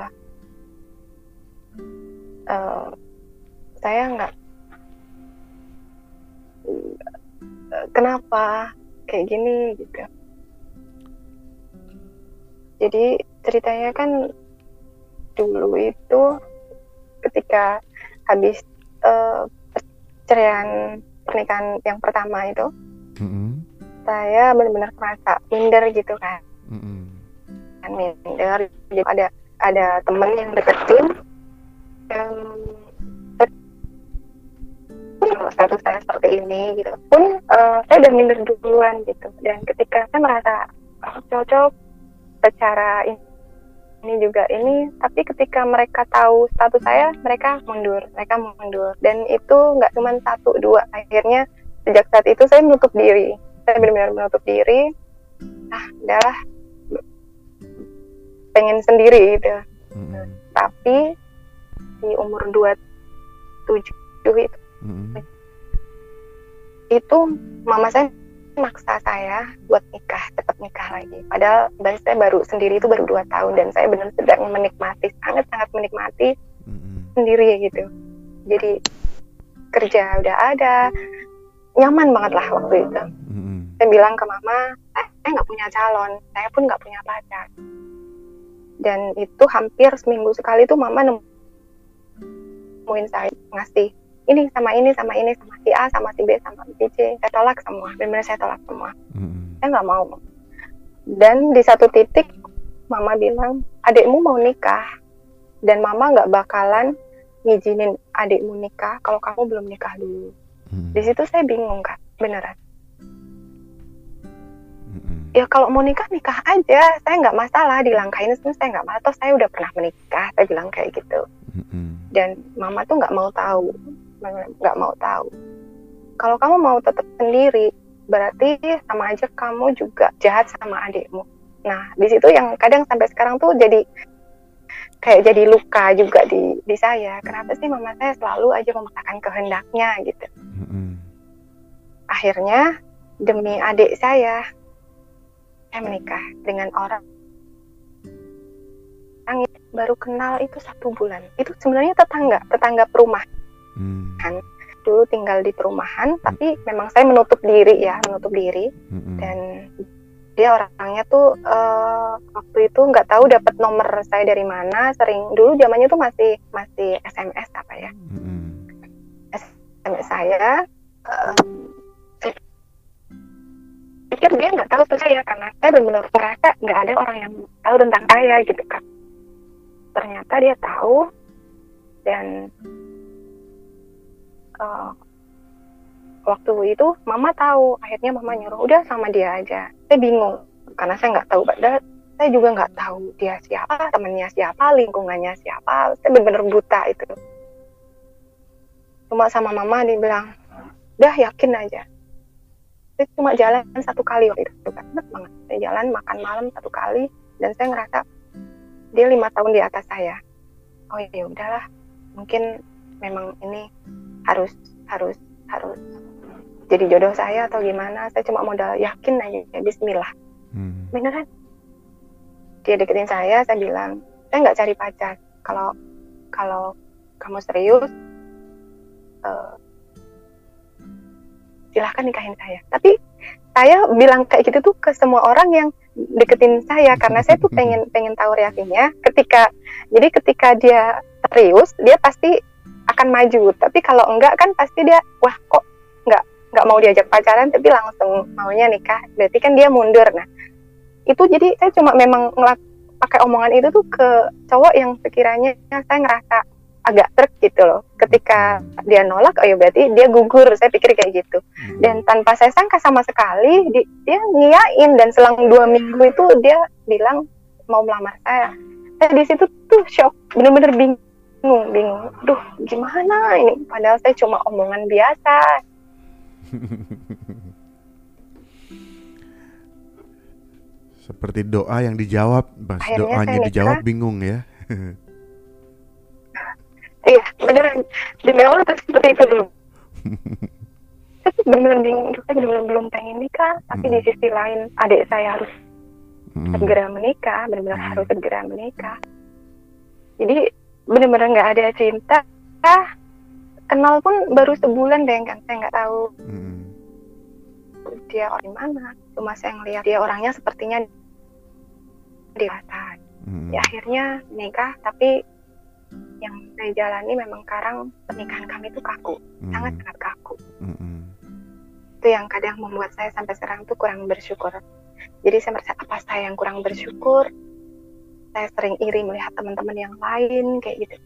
[SPEAKER 2] saya nggak kenapa kayak gini gitu. Jadi ceritanya kan dulu itu ketika habis perceraian pernikahan yang pertama itu, saya benar-benar merasa minder gitu kan. Minder, jadi ada temen yang deketin yang status saya seperti ini gitu pun saya udah minder duluan gitu. Dan ketika saya merasa cocok secara juga ini, tapi ketika mereka tahu status saya, mereka mundur, dan itu nggak cuma 1-2, akhirnya sejak saat itu saya menutup diri, saya benar-benar menutup diri, udahlah, pengen sendiri gitu. Tapi di umur 27 itu mama saya maksa saya buat cepat nikah lagi. Padahal saya baru sendiri itu baru 2 tahun dan saya benar sedang menikmati, sangat menikmati sendiri gitu. Jadi kerja udah ada, nyaman banget lah waktu itu. Saya bilang ke mama, saya nggak punya calon, saya pun nggak punya pacar. Dan itu hampir seminggu sekali tuh mama nemuin saya, ngasih ini sama si A sama si B sama si C, saya tolak semua, benar-benar saya tolak semua. Saya nggak mau. Dan di satu titik mama bilang, adikmu mau nikah dan mama nggak bakalan ngizinin adikmu nikah kalau kamu belum nikah dulu. Di situ saya bingung Kak, beneran. Ya kalau mau nikah aja, saya nggak masalah dilangkahin semua, saya nggak masalah, toh saya udah pernah menikah, saya bilang kayak gitu. Dan mama tuh nggak mau tahu. Kalau kamu mau tetap sendiri, berarti sama aja kamu juga jahat sama adikmu. Nah, di situ yang kadang sampai sekarang tuh jadi luka juga di saya. Kenapa sih mama saya selalu aja memaksakan kehendaknya gitu. Akhirnya demi adik saya menikah dengan orang yang baru kenal itu 1 bulan. Itu sebenarnya tetangga perumahan. Dulu tinggal di perumahan, tapi memang saya menutup diri. Dan dia orangnya tuh waktu itu nggak tahu dapat nomor saya dari mana. Dulu zamannya tuh masih SMS SMS saya. Saya pikir dia nggak tahu saya karena saya benar-benar merasa nggak ada orang yang tahu tentang saya gitu kan. Ternyata dia tahu dan waktu itu mama tahu, akhirnya mama nyuruh udah sama dia aja. Saya bingung karena saya nggak tahu, padahal saya juga nggak tahu dia siapa, temannya siapa, lingkungannya siapa. Saya benar-benar buta itu. Cuma sama mama dia bilang, udah yakin aja. Saya cuma jalan 1 kali waktu itu, banget banget. Saya jalan makan malam 1 kali dan saya ngerasa dia 5 tahun di atas saya. Oh ya udahlah, mungkin memang ini harus jadi jodoh saya atau gimana. Saya cuma modal yakin aja, bismillah. Beneran dia deketin saya bilang, saya nggak cari pacar, kalau kamu serius silahkan nikahin saya. Tapi saya bilang kayak gitu tuh ke semua orang yang deketin saya karena saya tuh pengen tahu reaksinya. Ketika dia serius, dia pasti akan maju. Tapi kalau enggak kan pasti dia, wah kok nggak mau diajak pacaran tapi langsung maunya nikah. Berarti kan dia mundur. Nah itu jadi saya cuma memang pakai omongan itu tuh ke cowok yang sekiranya saya ngerasa agak trek gitu loh. Ketika dia nolak, oh ya berarti dia gugur. Saya pikir kayak gitu. Dan tanpa saya sangka sama sekali, dia ngiyain. Dan selang 2 minggu itu dia bilang mau melamar saya. Saya di situ tuh shock, bener-bener bingung. Duh, gimana ini? Padahal saya cuma omongan biasa.
[SPEAKER 1] Seperti doa yang dijawab, Mas. Doanya dijawab bingung ya.
[SPEAKER 2] Iya, beneran. Demi Allah tuh seperti itu dulu. Saya tuh beneran bingung. Saya bener-bener belum pengen nikah. Tapi di sisi lain, adik saya harus segera menikah. Bener-bener harus segera menikah. Jadi bener-bener gak ada cinta. Kenal pun baru sebulan deh kan. Saya gak tahu dia orang mana. Cuma saya ngeliat dia orangnya sepertinya dewasa. Ya akhirnya nikah, tapi yang saya jalani memang sekarang pernikahan kami itu kaku, sangat-sangat kaku. Itu yang kadang membuat saya sampai sekarang tuh kurang bersyukur. Jadi saya merasa apa saya yang kurang bersyukur? Saya sering iri melihat teman-teman yang lain kayak gitu.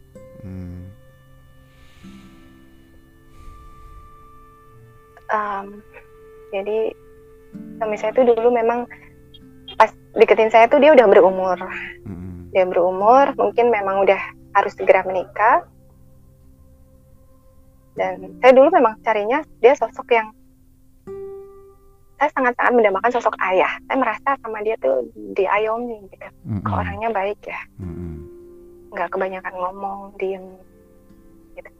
[SPEAKER 2] Jadi suami saya tuh dulu memang pas deketin saya tuh dia udah berumur. dia berumur, mungkin memang udah harus segera menikah. Dan saya dulu memang carinya dia sosok yang saya sangat-sangat mendambakan sosok ayah. Saya merasa sama dia tuh diayomi gitu. Kok orangnya baik ya. Nggak kebanyakan ngomong, diem gitu.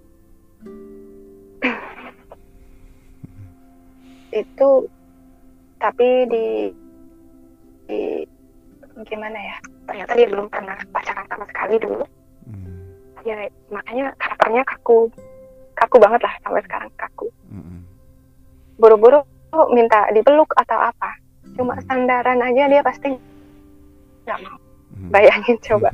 [SPEAKER 2] Itu tapi di gimana ya, ternyata dia belum pernah pacaran sama sekali dulu. Ya makanya karakternya kaku banget lah, sampai sekarang kaku. Buru-buru minta dipeluk atau apa, cuma sandaran aja dia pasti nggak mau. Bayangin coba.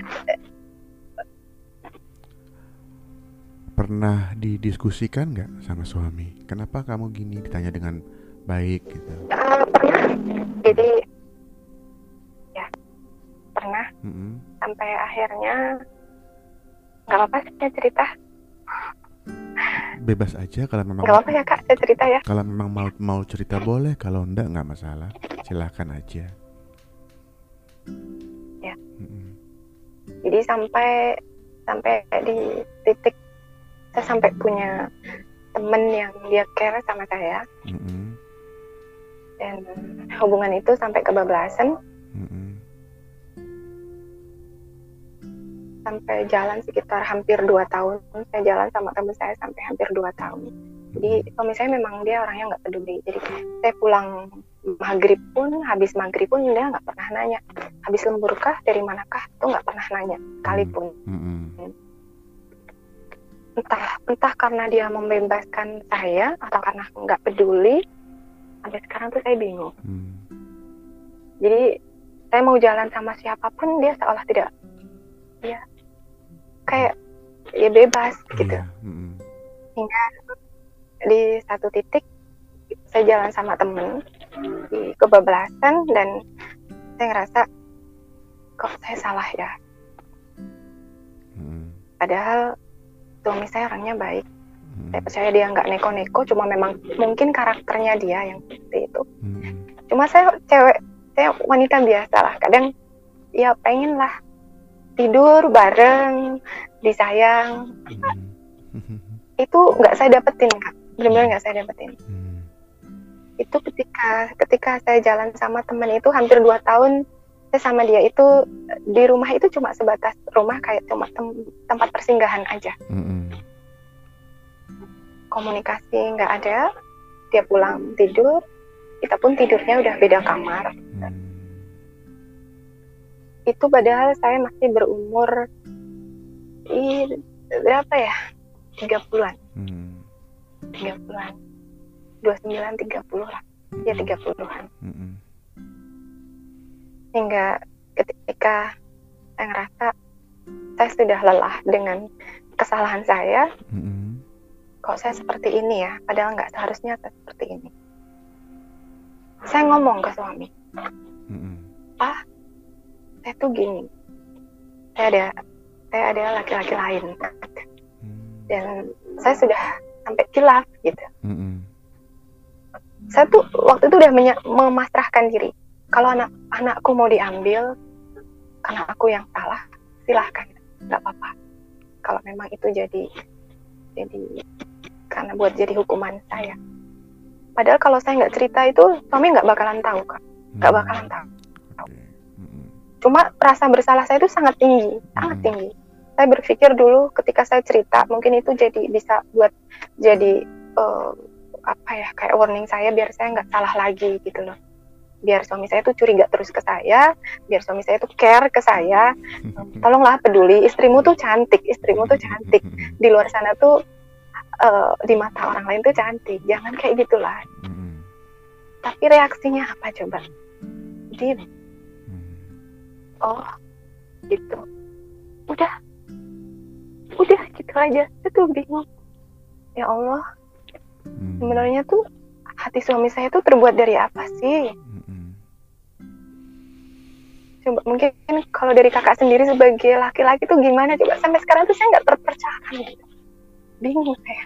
[SPEAKER 1] Pernah didiskusikan nggak sama suami? Kenapa kamu gini? Ditanya dengan baik gitu.
[SPEAKER 2] Pernah. Jadi ya pernah. Sampai akhirnya nggak apa-apa saya cerita.
[SPEAKER 1] Bebas aja kalau memang.
[SPEAKER 2] Nggak apa-apa ya Kak, saya cerita ya.
[SPEAKER 1] Kalau memang mau cerita boleh, kalau enggak nggak masalah. Silakan aja.
[SPEAKER 2] Ya. Jadi sampai di titik saya sampai punya temen yang dia care sama saya. Dan hubungan itu sampai kebablasan. Sampai jalan sekitar hampir 2 tahun. Saya jalan sama teman saya sampai hampir 2 tahun. Jadi suami saya memang dia orangnya nggak peduli. Jadi saya pulang maghrib pun, habis maghrib pun dia nggak pernah nanya. Habis lembur kah, dari manakah, itu nggak pernah nanya, sekalipun. Entah karena dia membebaskan saya atau karena nggak peduli. Sampai sekarang tuh saya bingung. Jadi saya mau jalan sama siapapun dia seolah tidak, ya kayak ya bebas gitu. Hingga di satu titik saya jalan sama temen di kebablasan dan saya ngerasa kok saya salah ya. Padahal suami saya orangnya baik. Saya percaya dia nggak neko-neko, cuma memang mungkin karakternya dia yang seperti itu. Cuma saya wanita biasa lah. Kadang ya pengen lah tidur bareng, disayang. Itu nggak saya dapetin Kak, benar-benar nggak saya dapetin. Itu ketika saya jalan sama teman itu hampir 2 tahun, saya sama dia itu di rumah itu cuma sebatas rumah, kayak cuma tempat persinggahan aja. Komunikasi nggak ada, dia pulang tidur, kita pun tidurnya udah beda kamar. Itu padahal saya masih berumur berapa ya? 30-an. 30-an. 29, 30 lah. Ya 30-an. Hingga ketika saya ngerasa saya sudah lelah dengan kesalahan saya. Kok saya seperti ini ya? Padahal nggak seharusnya saya seperti ini. Saya ngomong ke suami. Pak, saya tuh gini. Saya ada laki-laki lain. Dan saya sudah sampai kilaf gitu. Saya tuh waktu itu udah memasrahkan diri. Kalau anakku mau diambil karena aku yang salah, silahkan, nggak apa-apa. Kalau memang itu jadi karena buat jadi hukuman saya. Padahal kalau saya nggak cerita itu suami nggak bakalan tahu Kak, nggak bakalan tahu. Cuma rasa bersalah saya itu sangat tinggi, sangat tinggi. Saya berpikir dulu ketika saya cerita, mungkin itu bisa buat jadi kayak warning saya biar saya nggak salah lagi gitu loh. Biar suami saya tuh curiga terus ke saya, biar suami saya tuh care ke saya. Tolonglah peduli, istrimu tuh cantik. Di luar sana tuh di mata orang lain tuh cantik, jangan kayak gitulah. Tapi reaksinya apa coba? Diem. Oh, gitu. Udah gitu aja. Saya tuh bingung. Ya Allah, sebenarnya tuh hati suami saya tuh terbuat dari apa sih? Coba mungkin kalau dari kakak sendiri sebagai laki-laki tuh gimana? Coba sampai sekarang tuh saya nggak terpercayakan gitu. Bingung saya.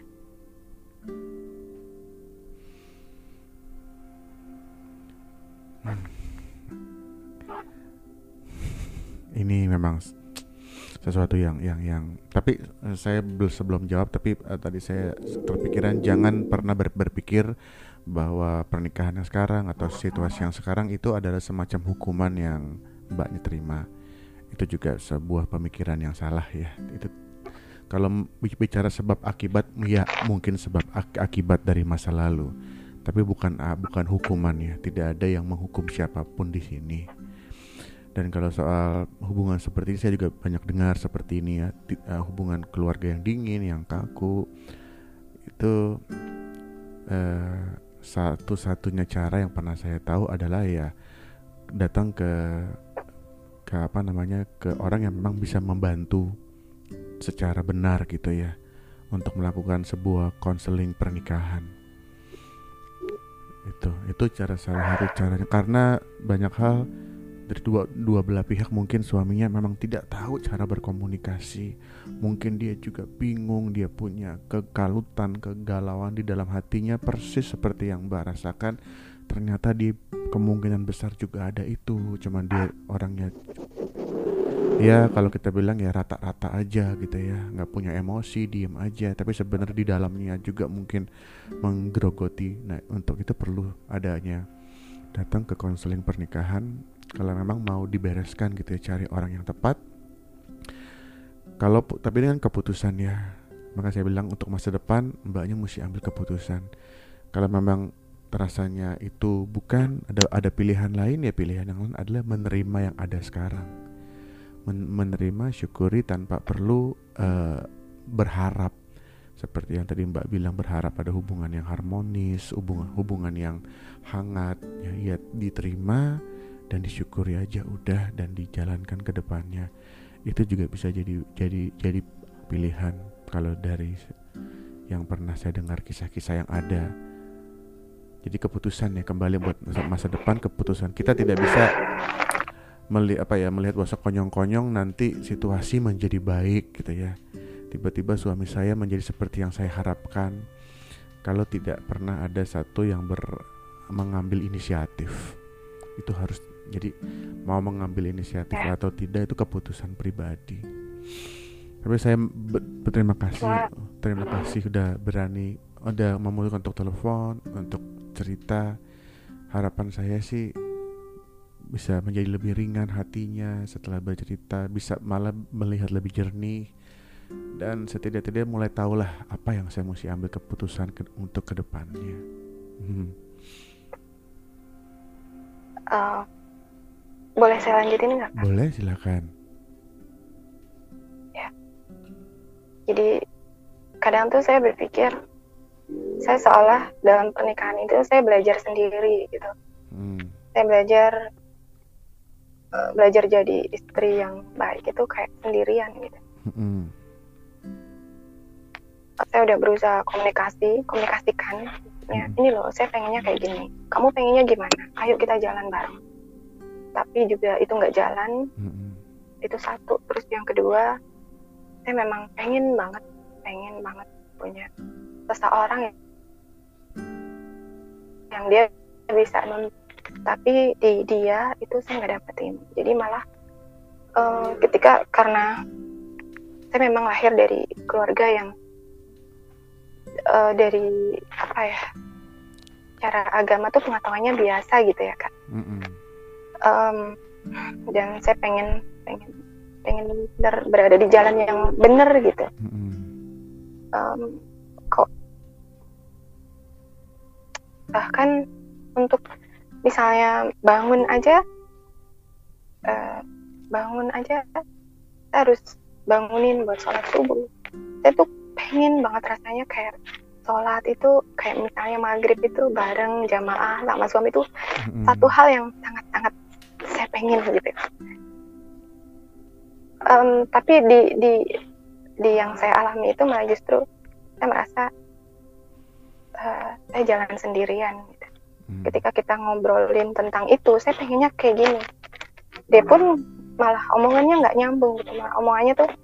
[SPEAKER 1] ini memang sesuatu yang tapi saya sebelum jawab, tapi tadi saya terpikiran jangan pernah berpikir bahwa pernikahan yang sekarang atau situasi yang sekarang itu adalah semacam hukuman yang mbaknya terima. Itu juga sebuah pemikiran yang salah ya. Itu kalau bicara sebab akibat, ya mungkin sebab akibat dari masa lalu, tapi bukan hukuman ya. Tidak ada yang menghukum siapapun di sini. Dan kalau soal hubungan seperti ini, saya juga banyak dengar seperti ini ya, hubungan keluarga yang dingin, yang kaku. Itu satu-satunya cara yang pernah saya tahu adalah ya datang ke orang yang memang bisa membantu secara benar gitu ya, untuk melakukan sebuah konseling pernikahan. Itu salah satu caranya, karena banyak hal dari dua belah pihak. Mungkin suaminya memang tidak tahu cara berkomunikasi, mungkin dia juga bingung, dia punya kekalutan, kegalauan di dalam hatinya persis seperti yang Mbak rasakan. Ternyata di kemungkinan besar juga ada itu, cuman dia orangnya ya kalau kita bilang ya rata-rata aja gitu ya, nggak punya emosi, diem aja, tapi sebenarnya di dalamnya juga mungkin menggerogoti. Nah, untuk itu perlu adanya datang ke konseling pernikahan kalau memang mau dibereskan gitu ya, cari orang yang tepat. Tapi ini kan keputusan ya, maka saya bilang untuk masa depan mbaknya mesti ambil keputusan. Kalau memang rasanya itu bukan, ada pilihan lain, ya pilihan yang lain adalah menerima yang ada sekarang, menerima, syukuri tanpa perlu berharap seperti yang tadi Mbak bilang, berharap ada hubungan yang harmonis, hubungan yang hangat ya, diterima dan disyukuri aja udah, dan dijalankan ke depannya. Itu juga bisa jadi pilihan kalau dari yang pernah saya dengar kisah-kisah yang ada. Jadi keputusan ya, kembali buat masa depan, keputusan. Kita tidak bisa melihat bahwa sekonyong-konyong nanti situasi menjadi baik gitu ya. Tiba-tiba suami saya menjadi seperti yang saya harapkan, kalau tidak pernah ada satu yang mengambil inisiatif. Itu harus, jadi mau mengambil inisiatif atau tidak itu keputusan pribadi. Tapi saya berterima kasih udah memutuskan untuk telepon, untuk cerita. Harapan saya sih bisa menjadi lebih ringan hatinya setelah bercerita, bisa malah melihat lebih jernih, dan setidak-tidaknya mulai tahulah apa yang saya mesti ambil keputusan untuk kedepannya.
[SPEAKER 2] Boleh saya lanjutin nggak?
[SPEAKER 1] Boleh, silakan.
[SPEAKER 2] Ya. Jadi kadang tuh saya berpikir, saya seolah dalam pernikahan itu saya belajar sendiri gitu. Saya belajar jadi istri yang baik itu kayak sendirian gitu. Saya udah berusaha komunikasikan ya, ini loh saya pengennya kayak gini, kamu pengennya gimana, ayo kita jalan bareng. Tapi juga itu nggak jalan. Itu satu. Terus yang kedua, saya memang pengen banget punya seseorang yang dia bisa tapi di dia itu saya nggak dapetin. Jadi malah karena saya memang lahir dari keluarga yang dari cara agama tuh pengetahuannya biasa gitu ya Kak. Dan saya pengen benar berada di jalan yang benar gitu. Kok bahkan untuk misalnya bangun aja saya harus bangunin buat sholat subuh. Saya tuh pengen banget rasanya kayak sholat itu kayak misalnya maghrib itu bareng jamaah sama suami itu satu hal yang sangat-sangat saya pengen gitu. Tapi di yang saya alami itu malah justru saya merasa saya jalan sendirian gitu. Ketika kita ngobrolin tentang itu, saya pengennya kayak gini, dia pun malah omongannya nggak nyambung gitu. Malah omongannya tuh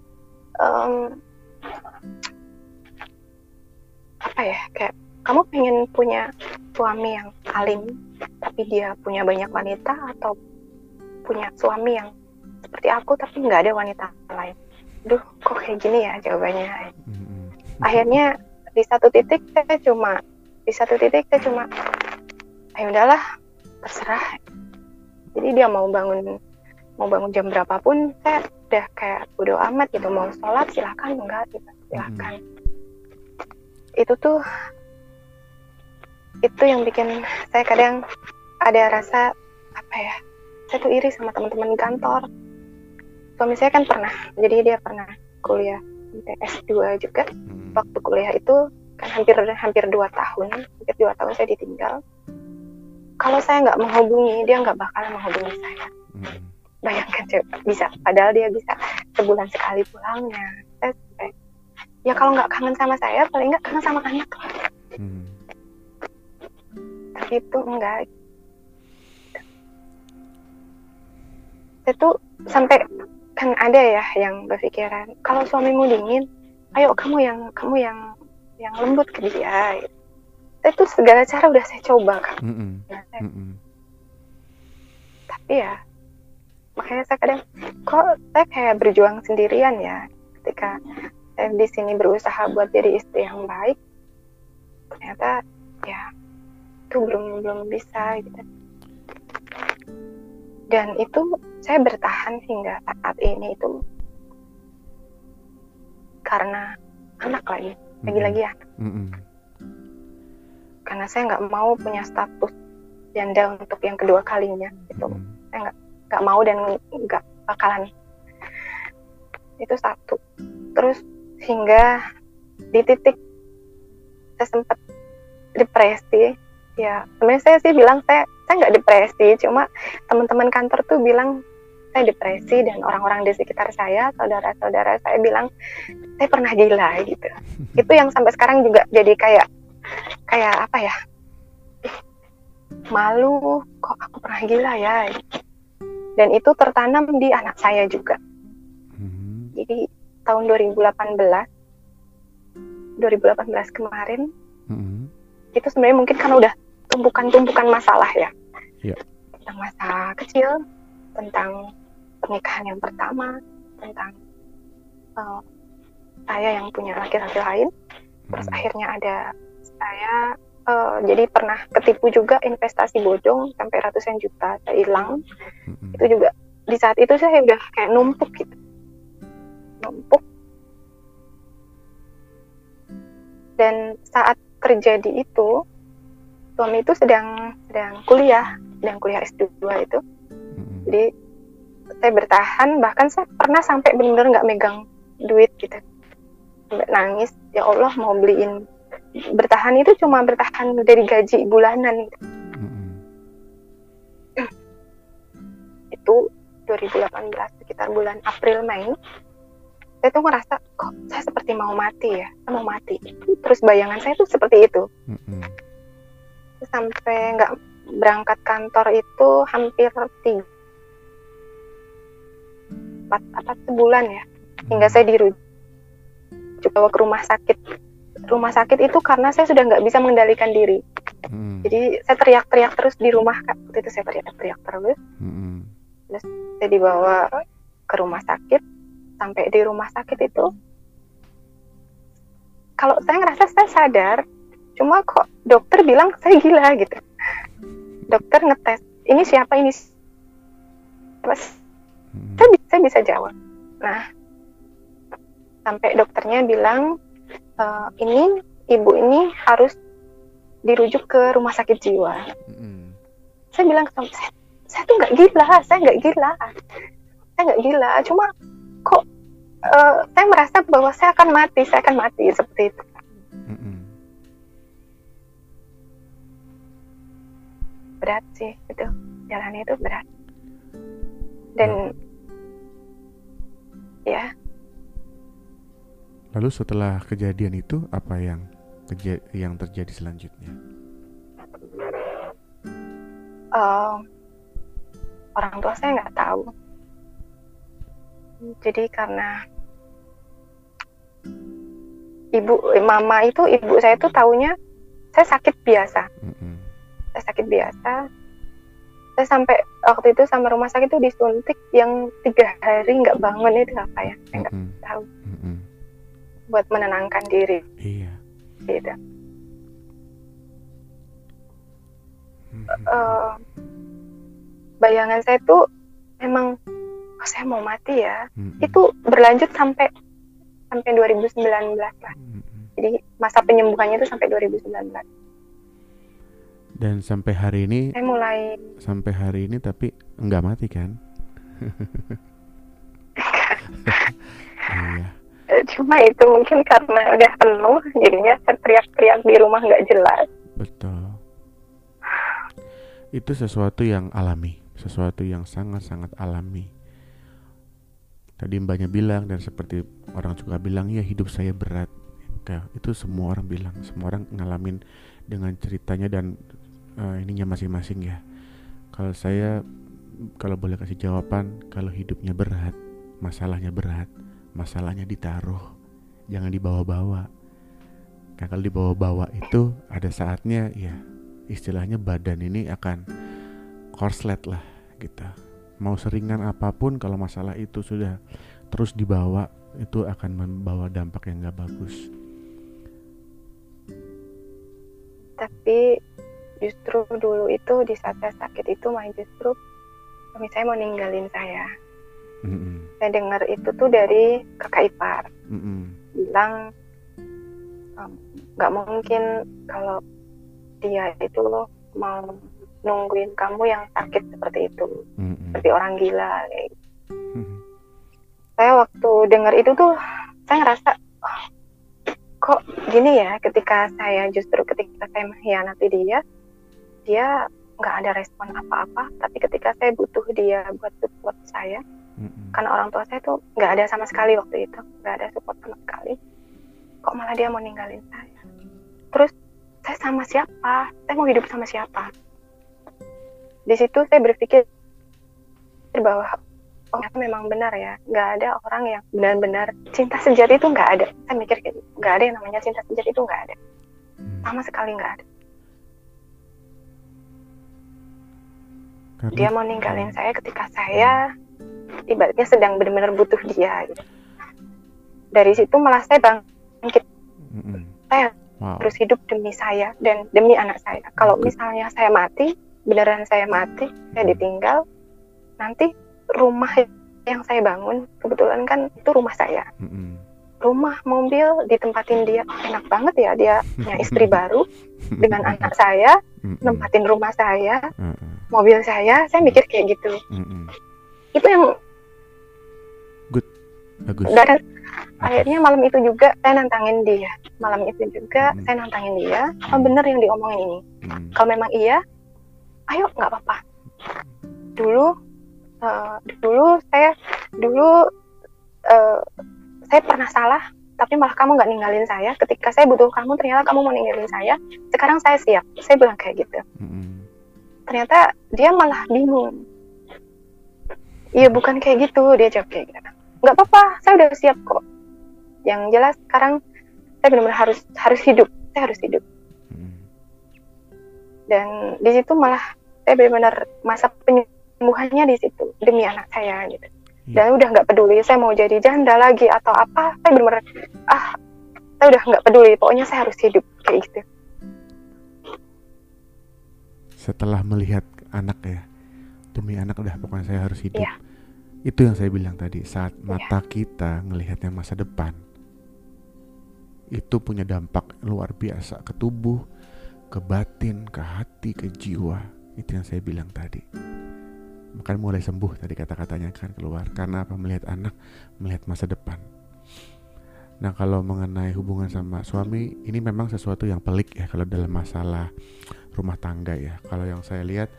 [SPEAKER 2] kayak kamu pengen punya suami yang alim tapi dia punya banyak wanita, atau punya suami yang seperti aku tapi nggak ada wanita lain. Duh, kok kayak gini ya jawabannya. Akhirnya di satu titik saya cuma ayo udahlah, terserah. Jadi dia mau bangun jam berapapun, saya udah kayak bodo amat gitu. Mau sholat silakan, enggak gitu, silakan. Itu yang bikin saya kadang ada rasa apa ya, saya tuh iri sama teman-teman di kantor. Suami saya kan pernah, jadi dia pernah kuliah S2 juga. Waktu kuliah itu kan hampir 2 tahun saya ditinggal. Kalau saya nggak menghubungi, dia nggak bakal menghubungi saya. Bayangkan coba, bisa, padahal dia bisa sebulan sekali pulangnya. Ya kalau nggak kangen sama saya, paling nggak kangen sama anak. Tapi itu enggak. Saya tuh sampai kan ada ya yang berpikiran, kalau suamimu dingin, ayo kamu yang lembut ke dia. Itu segala cara udah saya coba, Kak. Tapi ya, makanya saya kadang, kok saya kayak berjuang sendirian ya, ketika saya di sini berusaha buat jadi istri yang baik, ternyata ya itu belum bisa gitu. Dan itu saya bertahan hingga saat ini itu karena anak lagi-lagi anak. Karena saya nggak mau punya status janda untuk yang kedua kalinya gitu. Saya nggak mau dan nggak bakalan. Itu satu. Terus hingga di titik saya sempat depresi. Ya sebenarnya saya sih bilang saya nggak depresi, cuma teman-teman kantor tuh bilang saya depresi, dan orang-orang di sekitar saya, saudara-saudara saya bilang saya pernah gila gitu. Itu yang sampai sekarang juga jadi kayak apa ya, malu, kok aku pernah gila ya. Dan itu tertanam di anak saya juga. Jadi tahun 2018 kemarin, itu sebenarnya mungkin kan udah tumpukan masalah ya. Tentang masa kecil, tentang pernikahan yang pertama, tentang saya yang punya laki-laki lain. Terus akhirnya ada saya jadi pernah ketipu juga, investasi bodong sampai ratusan juta saya hilang. Itu juga di saat itu saya udah kayak numpuk. Dan saat terjadi itu, suami itu sedang kuliah S2 itu. Jadi saya bertahan, bahkan saya pernah sampai benar-benar nggak megang duit gitu, sampai nangis, ya Allah mau beliin. Bertahan itu cuma bertahan dari gaji bulanan gitu. Itu 2018 sekitar bulan April Mei, saya tuh ngerasa kok saya seperti mau mati ya, saya mau mati. Terus bayangan saya tuh seperti itu. Sampai nggak berangkat kantor itu hampir 4 bulan ya, hingga saya dirujuk bawa ke rumah sakit. Rumah sakit itu karena saya sudah nggak bisa mengendalikan diri. Jadi saya teriak-teriak terus di rumah, Kak. Waktu itu saya teriak-teriak terus. Terus saya dibawa ke rumah sakit. Sampai di rumah sakit itu, kalau saya ngerasa saya sadar, cuma kok dokter bilang saya gila gitu. Dokter ngetes, ini siapa, ini siapa? Saya bisa jawab. Nah, sampai dokternya bilang, ini ibu ini harus dirujuk ke rumah sakit jiwa. Saya bilang ke suami saya tuh nggak gila, cuma kok saya merasa bahwa saya akan mati seperti itu. Berat sih itu, jalannya itu berat. Dan ya.
[SPEAKER 1] Lalu setelah kejadian itu apa yang terjadi selanjutnya?
[SPEAKER 2] Orang tua saya nggak tahu. Jadi karena ibu saya itu taunya saya sakit biasa. Saya Saya sampai waktu itu sama rumah sakit itu disuntik yang 3 hari nggak bangun, itu apa ya? Saya nggak tahu. Buat menenangkan diri.
[SPEAKER 1] Iya.
[SPEAKER 2] Gitu. Bayangan saya tuh memang saya mau mati ya. Itu berlanjut sampai 2019 lah. Jadi masa penyembuhannya itu sampai 2019.
[SPEAKER 1] Dan sampai hari ini
[SPEAKER 2] saya mulai
[SPEAKER 1] sampai hari ini tapi enggak mati kan? Iya.
[SPEAKER 2] Cuma itu mungkin karena udah penuh, jadinya saya teriak-teriak di rumah nggak jelas.
[SPEAKER 1] Betul. Itu sesuatu yang alami, sesuatu yang sangat-sangat alami. Tadi mbaknya bilang, dan seperti orang juga bilang, ya hidup saya berat. Itu semua orang bilang, semua orang ngalamin dengan ceritanya dan ininya masing-masing ya. Kalau saya, kalau boleh kasih jawaban, kalau hidupnya berat, masalahnya berat, masalahnya ditaruh, jangan dibawa-bawa. Nah, kalau dibawa-bawa itu ada saatnya ya istilahnya badan ini akan korslet lah gitu. Mau seringan apapun, kalau masalah itu sudah terus dibawa, itu akan membawa dampak yang gak bagus.
[SPEAKER 2] Tapi justru dulu itu di saat saya sakit itu malah justru suami saya mau ninggalin saya. Saya dengar itu tuh dari kakak ipar. Bilang gak mungkin kalau dia itu mau nungguin kamu yang sakit seperti itu, seperti orang gila kayak gitu. Saya waktu dengar itu tuh saya ngerasa kok gini ya, ketika saya mengkhianati dia nggak ada respon apa-apa, tapi ketika saya butuh dia buat support saya, karena orang tua saya tuh nggak ada sama sekali waktu itu, nggak ada support sama sekali, kok malah dia mau ninggalin saya. Terus saya sama siapa? Saya mau hidup sama siapa? Di situ saya berpikir bahwa ternyata memang benar ya, nggak ada orang yang benar-benar cinta sejati itu, nggak ada. Saya mikir kayak gitu, nggak ada yang namanya cinta sejati itu, nggak ada, sama sekali nggak ada. Dia mau ninggalin saya ketika saya ibaratnya sedang benar-benar butuh dia gitu. Dari situ malah saya bangkit. Saya harus hidup demi saya dan demi anak saya. Kalau misalnya saya mati, beneran saya mati, saya ditinggal, nanti rumah yang saya bangun, kebetulan kan itu rumah saya. Rumah, mobil ditempatin dia, enak banget ya, dia punya istri baru dengan anak saya, nempatin rumah saya, mobil saya mikir kayak gitu. Itu yang
[SPEAKER 1] good, bagus.
[SPEAKER 2] Dan akhirnya malam itu juga saya nantangin dia. Saya nantangin dia, apa benar yang diomongin ini? Kalau memang iya, ayo nggak apa-apa. Dulu saya pernah salah, tapi malah kamu nggak ninggalin saya. Ketika saya butuh kamu, ternyata kamu mau ninggalin saya. Sekarang saya siap. Saya bilang kayak gitu. Ternyata dia malah bingung. Iya bukan kayak gitu, dia jawab kayak gitu. Nggak apa-apa, saya udah siap kok. Yang jelas sekarang saya benar-benar harus hidup. Saya harus hidup. Dan di situ malah saya benar-benar masa penyembuhannya di situ demi anak saya gitu. Dan udah nggak peduli saya mau jadi janda lagi atau apa, saya benar-benar saya udah nggak peduli, pokoknya saya harus hidup kayak gitu.
[SPEAKER 1] Setelah melihat anak ya, demi anak udah pokoknya saya harus hidup. Itu yang saya bilang tadi, saat mata kita ngelihat yang masa depan, itu punya dampak luar biasa ke tubuh, ke batin, ke hati, ke jiwa. Itu yang saya bilang tadi. Makanya mulai sembuh tadi kata-katanya kan keluar. Karena apa? Melihat anak, melihat masa depan. Nah kalau mengenai hubungan sama suami, ini memang sesuatu yang pelik ya kalau dalam masalah rumah tangga ya. Kalau yang saya lihat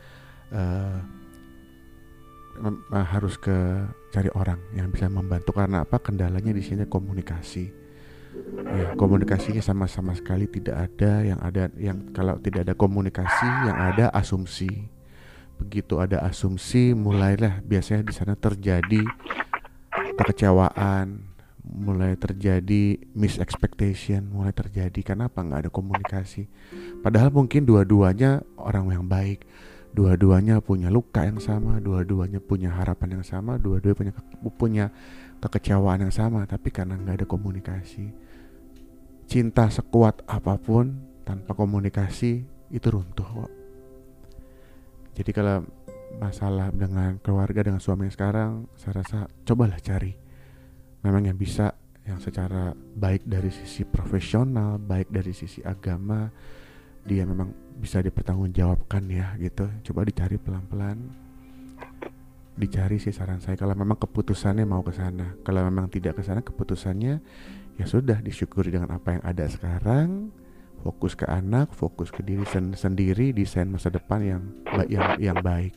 [SPEAKER 1] harus cari orang yang bisa membantu. Karena apa? Kendalanya di sini komunikasi. Ya, komunikasinya sama sekali tidak ada. Yang kalau tidak ada komunikasi, yang ada asumsi. Begitu ada asumsi, mulailah biasanya di sana terjadi kekecewaan, mulai terjadi misexpectation, mulai terjadi. Kenapa nggak ada komunikasi? Padahal mungkin dua-duanya orang yang baik, dua-duanya punya luka yang sama, dua-duanya punya harapan yang sama, dua-duanya punya kekecewaan yang sama, tapi karena nggak ada komunikasi. Cinta sekuat apapun tanpa komunikasi itu runtuh kok. Jadi kalau masalah dengan keluarga, dengan suami sekarang, saya rasa cobalah cari memang yang bisa, yang secara baik dari sisi profesional, baik dari sisi agama, dia memang bisa dipertanggungjawabkan ya gitu. Coba dicari pelan-pelan, dicari sih saran saya. Kalau memang keputusannya mau ke sana, kalau memang tidak ke sana keputusannya, ya sudah disyukuri dengan apa yang ada sekarang. Fokus ke anak, fokus ke diri sendiri, desain masa depan yang baik.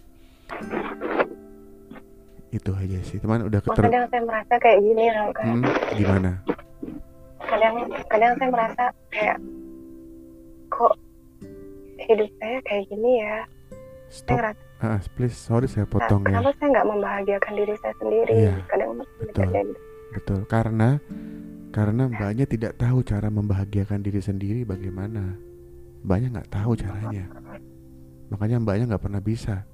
[SPEAKER 1] Itu aja sih teman. Udah
[SPEAKER 2] kadang saya merasa kayak gini loh kan.
[SPEAKER 1] Gimana?
[SPEAKER 2] Kadang saya merasa kayak kok hidup saya kayak gini ya.
[SPEAKER 1] Stop. Please, sorry saya potong ya.
[SPEAKER 2] Kenapa saya nggak membahagiakan diri saya sendiri?
[SPEAKER 1] Iya,
[SPEAKER 2] Kadang
[SPEAKER 1] betul. Karena mbaknya tidak tahu cara membahagiakan diri sendiri bagaimana. Mbaknya nggak tahu caranya. Makanya mbaknya nggak pernah bisa.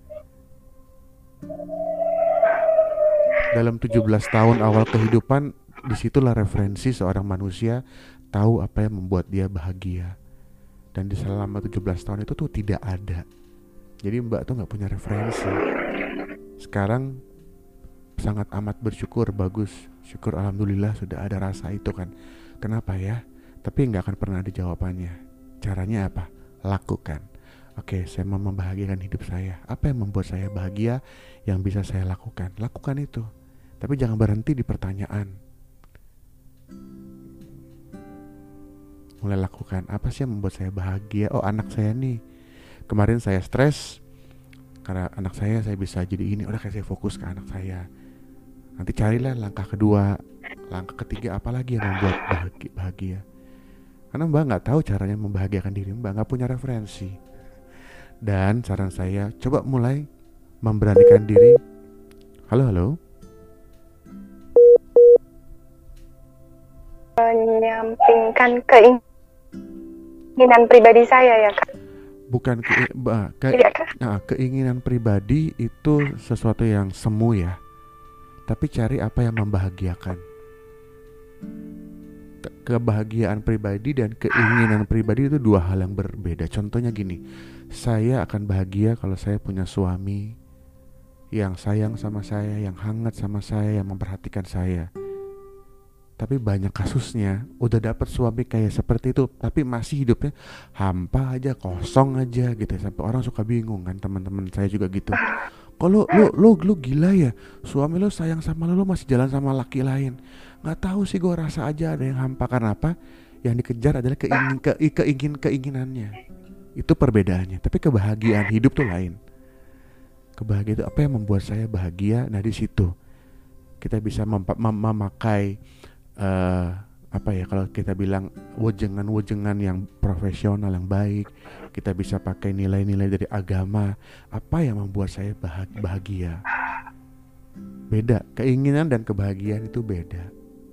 [SPEAKER 1] Dalam 17 tahun awal kehidupan, disitulah referensi seorang manusia tahu apa yang membuat dia bahagia. Dan di selama 17 tahun itu tuh tidak ada. Jadi mbak tuh gak punya referensi. Sekarang sangat amat bersyukur, bagus. Syukur alhamdulillah sudah ada rasa itu kan. Kenapa ya? Tapi gak akan pernah ada jawabannya. Caranya apa? Lakukan. Oke, saya mau membahagiakan hidup saya. Apa yang membuat saya bahagia yang bisa saya lakukan? Lakukan itu. Tapi jangan berhenti di pertanyaan. Mulai lakukan. Apa sih yang membuat saya bahagia? Oh, anak saya nih. Kemarin saya stres karena anak saya bisa jadi ini. Udah kayak saya fokus ke anak saya. Nanti carilah langkah kedua, langkah ketiga, apa lagi yang membuat bahagia. Karena mbak gak tahu caranya membahagiakan diri. Mbak gak punya referensi. Dan saran saya, coba mulai memberanikan diri. Halo.
[SPEAKER 2] Menyampingkan keinginan pribadi saya ya Kak.
[SPEAKER 1] Bukan keinginan pribadi itu sesuatu yang semu ya. Tapi cari apa yang membahagiakan. Kebahagiaan pribadi dan keinginan pribadi itu dua hal yang berbeda. Contohnya gini, saya akan bahagia kalau saya punya suami yang sayang sama saya, yang hangat sama saya, yang memperhatikan saya. Tapi banyak kasusnya udah dapet suami kayak seperti itu, tapi masih hidupnya hampa aja, kosong aja gitu. Sampai orang suka bingung kan, teman-teman saya juga gitu. Kalau lu gila ya, suami lu sayang sama lu masih jalan sama laki lain. Nggak tahu sih, gue rasa aja ada yang hampa. Karena apa? Yang dikejar adalah keinginannya. Itu perbedaannya. Tapi kebahagiaan hidup tuh lain. Kebahagiaan itu apa yang membuat saya bahagia. Nah di situ kita bisa memakai kalau kita bilang wejengan yang profesional yang baik. Kita bisa pakai nilai-nilai dari agama. Apa yang membuat saya bahagia? Beda. Keinginan dan kebahagiaan itu beda.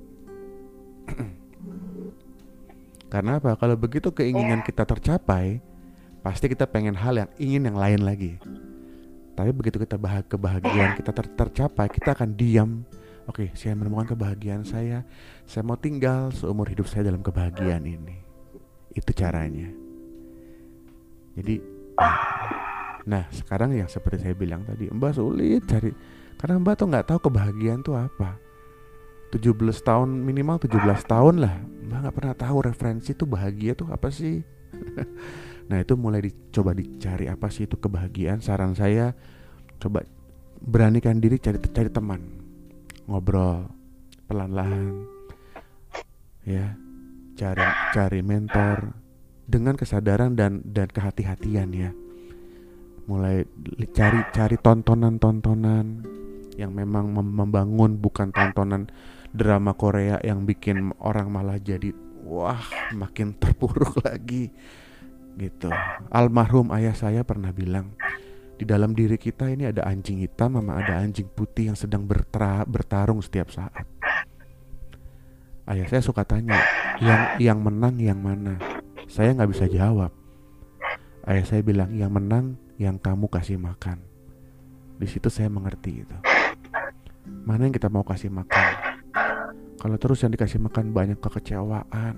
[SPEAKER 1] Karena apa? Kalau begitu keinginan kita tercapai, pasti kita pengen hal yang ingin yang lain lagi. Tapi begitu kita kebahagiaan kita tercapai, kita akan diam. Oke, saya menemukan kebahagiaan saya mau tinggal seumur hidup saya dalam kebahagiaan ini. Itu caranya. Jadi, nah sekarang yang seperti saya bilang tadi, Mbak sulit cari, karena Mbak tuh nggak tahu kebahagiaan tuh apa. 17 tahun, minimal 17 tahun lah, Mbak nggak pernah tahu referensi tuh bahagia tuh apa sih. Nah itu mulai coba dicari apa sih itu kebahagiaan. Saran saya, coba beranikan diri cari teman, ngobrol pelan-pelan, ya, cari mentor dengan kesadaran dan kehati-hatian ya. Mulai cari tontonan yang memang membangun, bukan tontonan drama Korea yang bikin orang malah jadi wah makin terpuruk lagi gitu. Almarhum ayah saya pernah bilang, di dalam diri kita ini ada anjing hitam sama ada anjing putih yang sedang bertarung setiap saat. Ayah saya suka tanya, yang menang yang mana? Saya nggak bisa jawab. Ayah saya bilang, yang menang yang kamu kasih makan. Di situ saya mengerti itu. Mana yang kita mau kasih makan? Kalau terus yang dikasih makan banyak kekecewaan,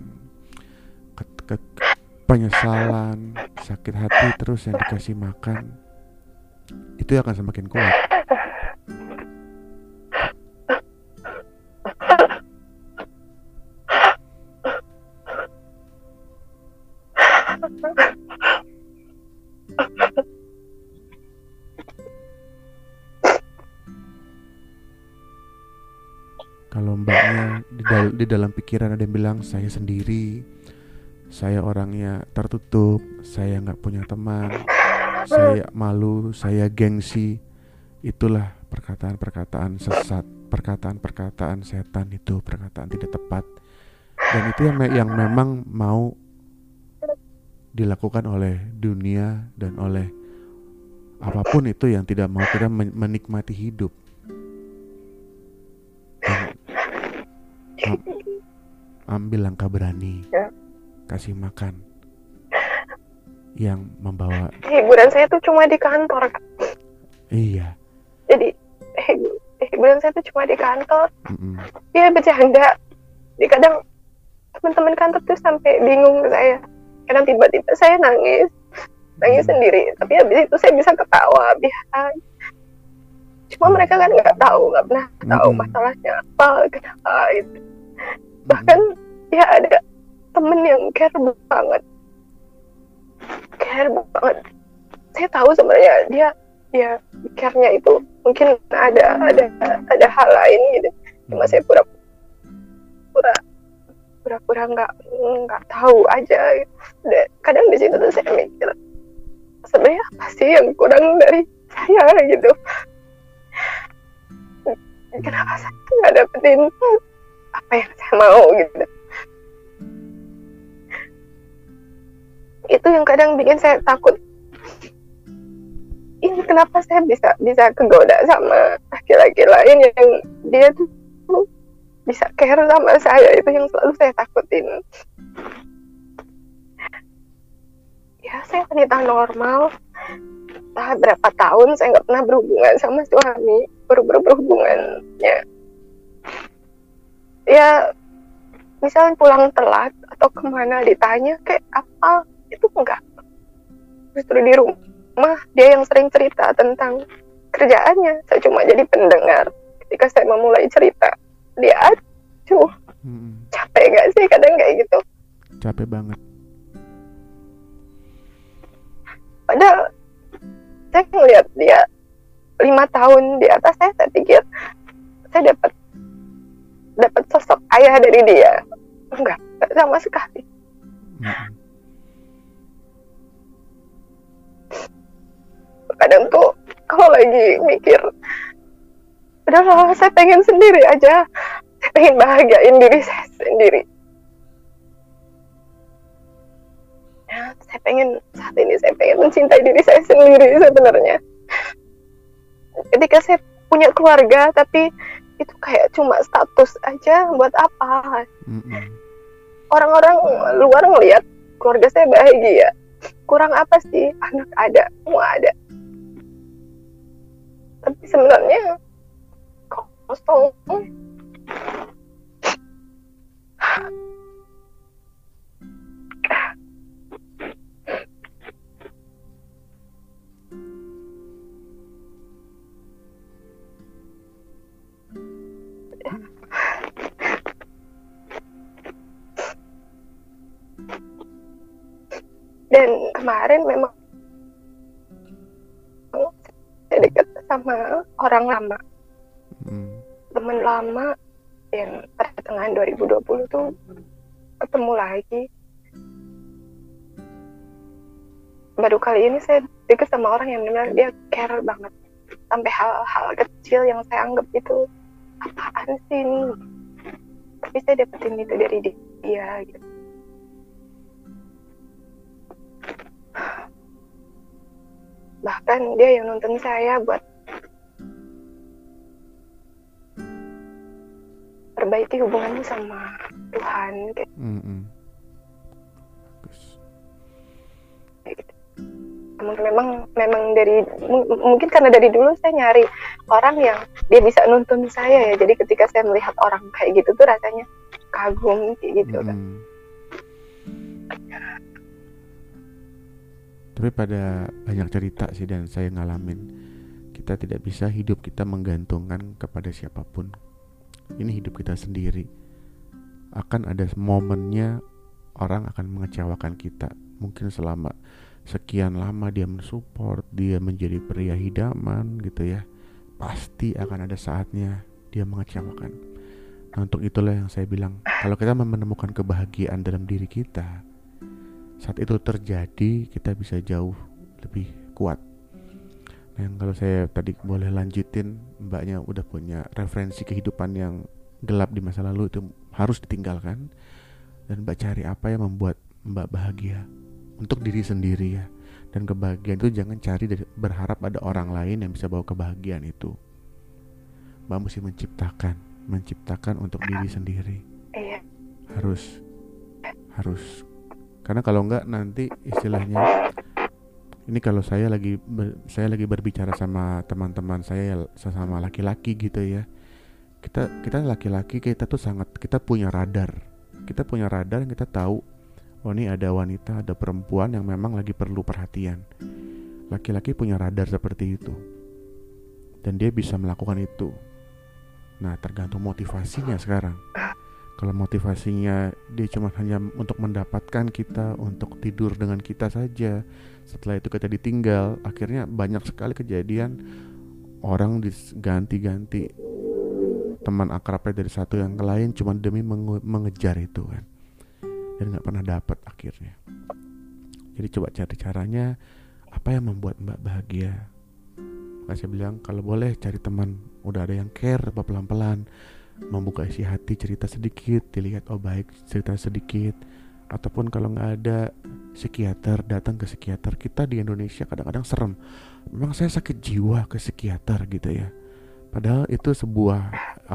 [SPEAKER 1] penyesalan, sakit hati, terus yang dikasih makan, itu akan semakin kuat. Kalau mbaknya di dalam pikiran ada yang bilang saya sendiri, saya orangnya tertutup, saya nggak punya teman, saya malu, saya gengsi, itulah perkataan-perkataan sesat, perkataan-perkataan setan, itu perkataan tidak tepat, dan itu yang memang mau dilakukan oleh dunia dan oleh apapun itu yang tidak mau kita menikmati hidup. Ambil langkah berani, kasih makan yang membawa
[SPEAKER 2] hiburan saya tuh cuma di kantor, Kak.
[SPEAKER 1] Iya.
[SPEAKER 2] Jadi hiburan saya tuh cuma di kantor. Ya bercanda. Jadi kadang teman-teman kantor tuh sampai bingung saya. Kadang tiba-tiba saya nangis sendiri. Tapi habis itu saya bisa ketawa biasa. Cuma mereka kan nggak pernah tahu masalahnya apa, kenapa itu. Bahkan ya ada temen yang care banget. Saya tahu sebenarnya dia care-nya itu mungkin ada hal lain gitu. Cuma saya pura-pura nggak tahu aja gitu. Kadang di situ tuh saya mikir, sebenarnya apa sih yang kurang dari saya gitu. Kenapa saya nggak dapetin apa yang saya mau gitu. Itu yang kadang bikin saya takut. Ini kenapa saya bisa kegoda sama laki-laki lain yang dia tuh bisa care sama saya. Itu yang selalu saya takutin. Ya saya wanita normal, entah berapa tahun saya nggak pernah berhubungan sama suami. Baru berhubungannya ya misalnya pulang telat atau kemana ditanya kayak apa, itu enggak. Justru di rumah dia yang sering cerita tentang kerjaannya, saya cuma jadi pendengar. Ketika saya memulai cerita, dia acuh. Capek gak sih kadang kayak gitu?
[SPEAKER 1] Capek banget.
[SPEAKER 2] Padahal saya ngeliat dia 5 tahun di atas saya pikir saya dapat sosok ayah dari dia. Enggak sama sekali. Kadang tuh kalau lagi mikir, udahlah saya pengen sendiri aja, saya pengen bahagiain diri saya sendiri. Ya, saat ini saya pengen mencintai diri saya sendiri sebenarnya. Ketika saya punya keluarga, tapi itu kayak cuma status aja, buat apa? Orang-orang luar ngelihat keluarga saya bahagia, kurang apa sih? Anak ada, semua ada. Tapi sebenarnya kosong. Dan kemarin memang saya dekat sama orang lama, teman lama yang pertengahan 2020 tuh ketemu lagi. Baru kali ini saya dekat sama orang yang benar dia care banget, sampai hal-hal kecil yang saya anggap itu apaan sih ini, tapi saya dapetin itu dari dia gitu. Bahkan dia yang nuntun saya buat perbaiki hubungannya sama Tuhan kayak gitu. memang dari mungkin karena dari dulu saya nyari orang yang dia bisa nuntun saya ya. Jadi ketika saya melihat orang kayak gitu tuh rasanya kagum kayak gitu kan.
[SPEAKER 1] Tapi pada banyak cerita sih, dan saya ngalamin, kita tidak bisa hidup kita menggantungkan kepada siapapun. Ini hidup kita sendiri. Akan ada momennya orang akan mengecewakan kita. Mungkin selama sekian lama dia mensupport, dia menjadi pria idaman gitu ya, pasti akan ada saatnya dia mengecewakan. Nah, untuk itulah yang saya bilang, kalau kita menemukan kebahagiaan dalam diri kita, saat itu terjadi, kita bisa jauh lebih kuat. Nah, kalau saya tadi boleh lanjutin, mbaknya udah punya referensi kehidupan yang gelap di masa lalu, itu harus ditinggalkan, dan mbak cari apa yang membuat mbak bahagia untuk diri sendiri ya. Dan kebahagiaan itu jangan cari berharap ada orang lain yang bisa bawa kebahagiaan itu. Mbak mesti menciptakan untuk diri sendiri. Harus. Karena kalau enggak nanti istilahnya, ini kalau saya lagi berbicara sama teman-teman saya sesama laki-laki gitu ya. Kita laki-laki, kita punya radar. Kita punya radar yang kita tahu, oh ini ada wanita, ada perempuan yang memang lagi perlu perhatian. Laki-laki punya radar seperti itu, dan dia bisa melakukan itu. Nah, tergantung motivasinya sekarang. Kalau motivasinya dia cuma hanya untuk mendapatkan kita, untuk tidur dengan kita saja, setelah itu kita ditinggal, akhirnya banyak sekali kejadian orang diganti-ganti teman akrabnya dari satu yang ke lain cuma demi mengejar itu kan, dan gak pernah dapat akhirnya. Jadi coba cari caranya, apa yang membuat mbak bahagia. Maka saya bilang, kalau boleh cari teman, udah ada yang care, pelan-pelan membuka isi hati, cerita sedikit, dilihat oh baik, cerita sedikit. Ataupun kalau nggak ada psikiater, datang ke psikiater. Kita di Indonesia kadang-kadang serem, memang saya sakit jiwa ke psikiater gitu ya, padahal itu sebuah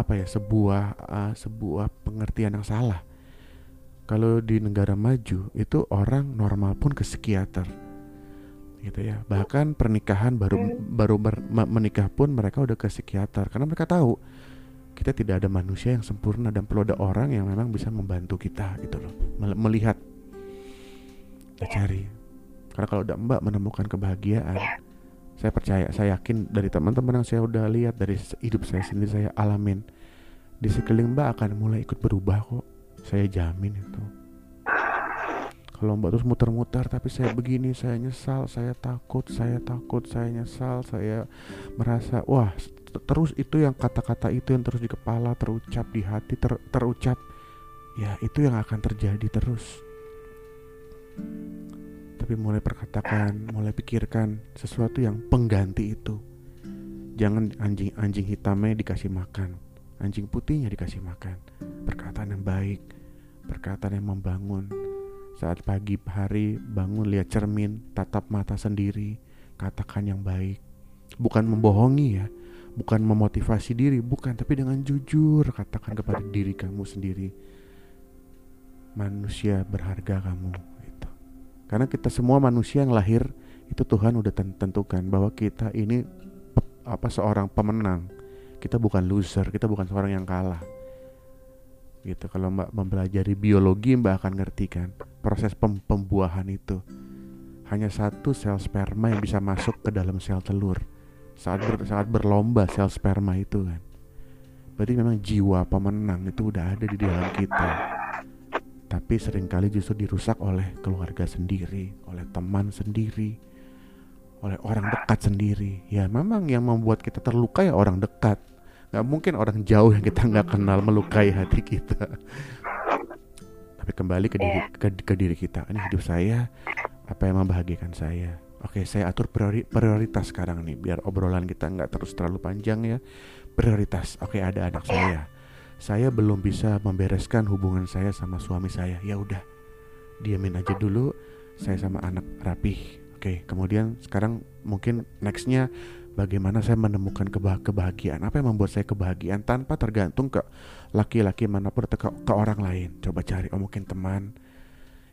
[SPEAKER 1] pengertian yang salah. Kalau di negara maju itu orang normal pun ke psikiater gitu ya. Bahkan pernikahan baru menikah pun mereka udah ke psikiater, karena mereka tahu kita tidak ada manusia yang sempurna dan perlu ada orang yang memang bisa membantu kita gitu loh, melihat, kita cari. Karena kalau udah mbak menemukan kebahagiaan, saya percaya, saya yakin dari teman-teman yang saya udah lihat, dari hidup saya sendiri saya alamin, di sekeliling mbak akan mulai ikut berubah kok, saya jamin itu. Kalau mbak terus muter-muter, tapi saya begini, saya nyesal, saya takut, saya nyesal, saya merasa wah, terus itu yang kata-kata itu yang terus di kepala terucap, di hati terucap, ya itu yang akan terjadi terus. Tapi mulai perkatakan, mulai pikirkan sesuatu yang pengganti itu. Jangan anjing hitamnya dikasih makan, anjing putihnya dikasih makan. Perkataan yang baik, perkataan yang membangun. Saat pagi hari bangun, lihat cermin, tatap mata sendiri, katakan yang baik. Bukan membohongi ya, bukan memotivasi diri, bukan, tapi dengan jujur katakan kepada diri kamu sendiri, manusia berharga kamu gitu. Karena kita semua manusia yang lahir itu Tuhan udah tentukan bahwa kita ini seorang pemenang. Kita bukan loser, kita bukan seorang yang kalah gitu. Kalau mbak mempelajari biologi, mbak akan ngerti kan proses pembuahan itu. Hanya satu sel sperma yang bisa masuk ke dalam sel telur saat berlomba sel sperma itu kan. Berarti memang jiwa pemenang itu udah ada di dalam kita. Tapi seringkali justru dirusak oleh keluarga sendiri, oleh teman sendiri, oleh orang dekat sendiri. Ya memang yang membuat kita terluka ya orang dekat. Gak mungkin orang jauh yang kita gak kenal melukai hati kita. Tapi kembali ke diri kita. Ini hidup saya, apa yang membahagiakan saya. Oke, saya atur prioritas sekarang nih, biar obrolan kita gak terus terlalu panjang ya. Prioritas, oke, ada anak saya belum bisa membereskan hubungan saya sama suami saya. Ya udah, diamin aja dulu, saya sama anak rapih. Oke, kemudian sekarang mungkin nextnya bagaimana saya menemukan kebahagiaan. Apa yang membuat saya kebahagiaan tanpa tergantung ke laki-laki manapun atau ke orang lain. Coba cari, mungkin teman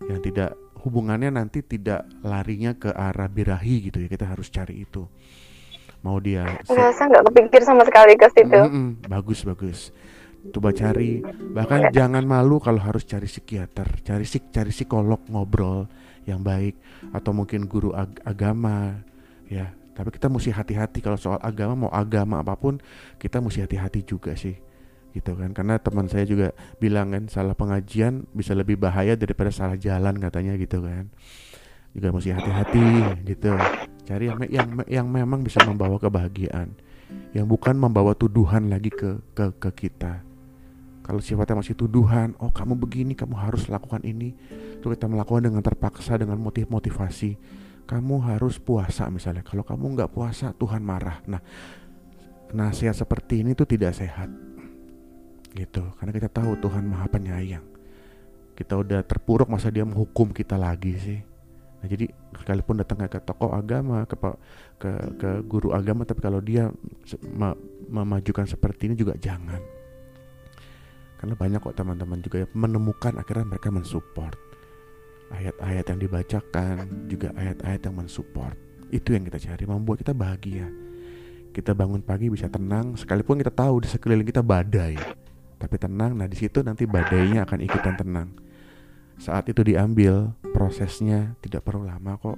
[SPEAKER 1] yang tidak hubungannya nanti tidak larinya ke arah birahi gitu ya. Kita harus cari itu. Mau dia
[SPEAKER 2] Saya nggak kepikir sama sekali ke situ.
[SPEAKER 1] Bagus. Coba cari, bahkan jangan malu kalau harus cari psikiater, cari psikolog, ngobrol yang baik, atau mungkin guru agama ya. Tapi kita mesti hati-hati kalau soal agama, mau agama apapun kita mesti hati-hati juga sih gitu kan. Karena teman saya juga bilang kan, salah pengajian bisa lebih bahaya daripada salah jalan katanya gitu kan. Juga mesti hati-hati gitu. Cari yang memang bisa membawa kebahagiaan, yang bukan membawa tuduhan lagi ke kita. Kalau sifatnya masih tuduhan, oh kamu begini, kamu harus lakukan ini, terus kita melakukan dengan terpaksa, dengan motivasi. Kamu harus puasa misalnya. Kalau kamu nggak puasa, Tuhan marah. Nah, nasihat seperti ini tuh tidak sehat, gitu. Karena kita tahu Tuhan Maha Penyayang. Kita udah terpuruk, masa Dia menghukum kita lagi sih? Nah, jadi sekalipun datang ke tokoh agama, ke guru agama, tapi kalau dia memajukan seperti ini juga jangan. Karena banyak kok teman-teman juga yang menemukan, akhirnya mereka mensupport ayat-ayat yang dibacakan, juga ayat-ayat yang mensupport. Itu yang kita cari, membuat kita bahagia. Kita bangun pagi bisa tenang, sekalipun kita tahu di sekeliling kita badai, tapi tenang. Nah di situ nanti badainya akan ikutan tenang. Saat itu diambil, prosesnya tidak perlu lama kok.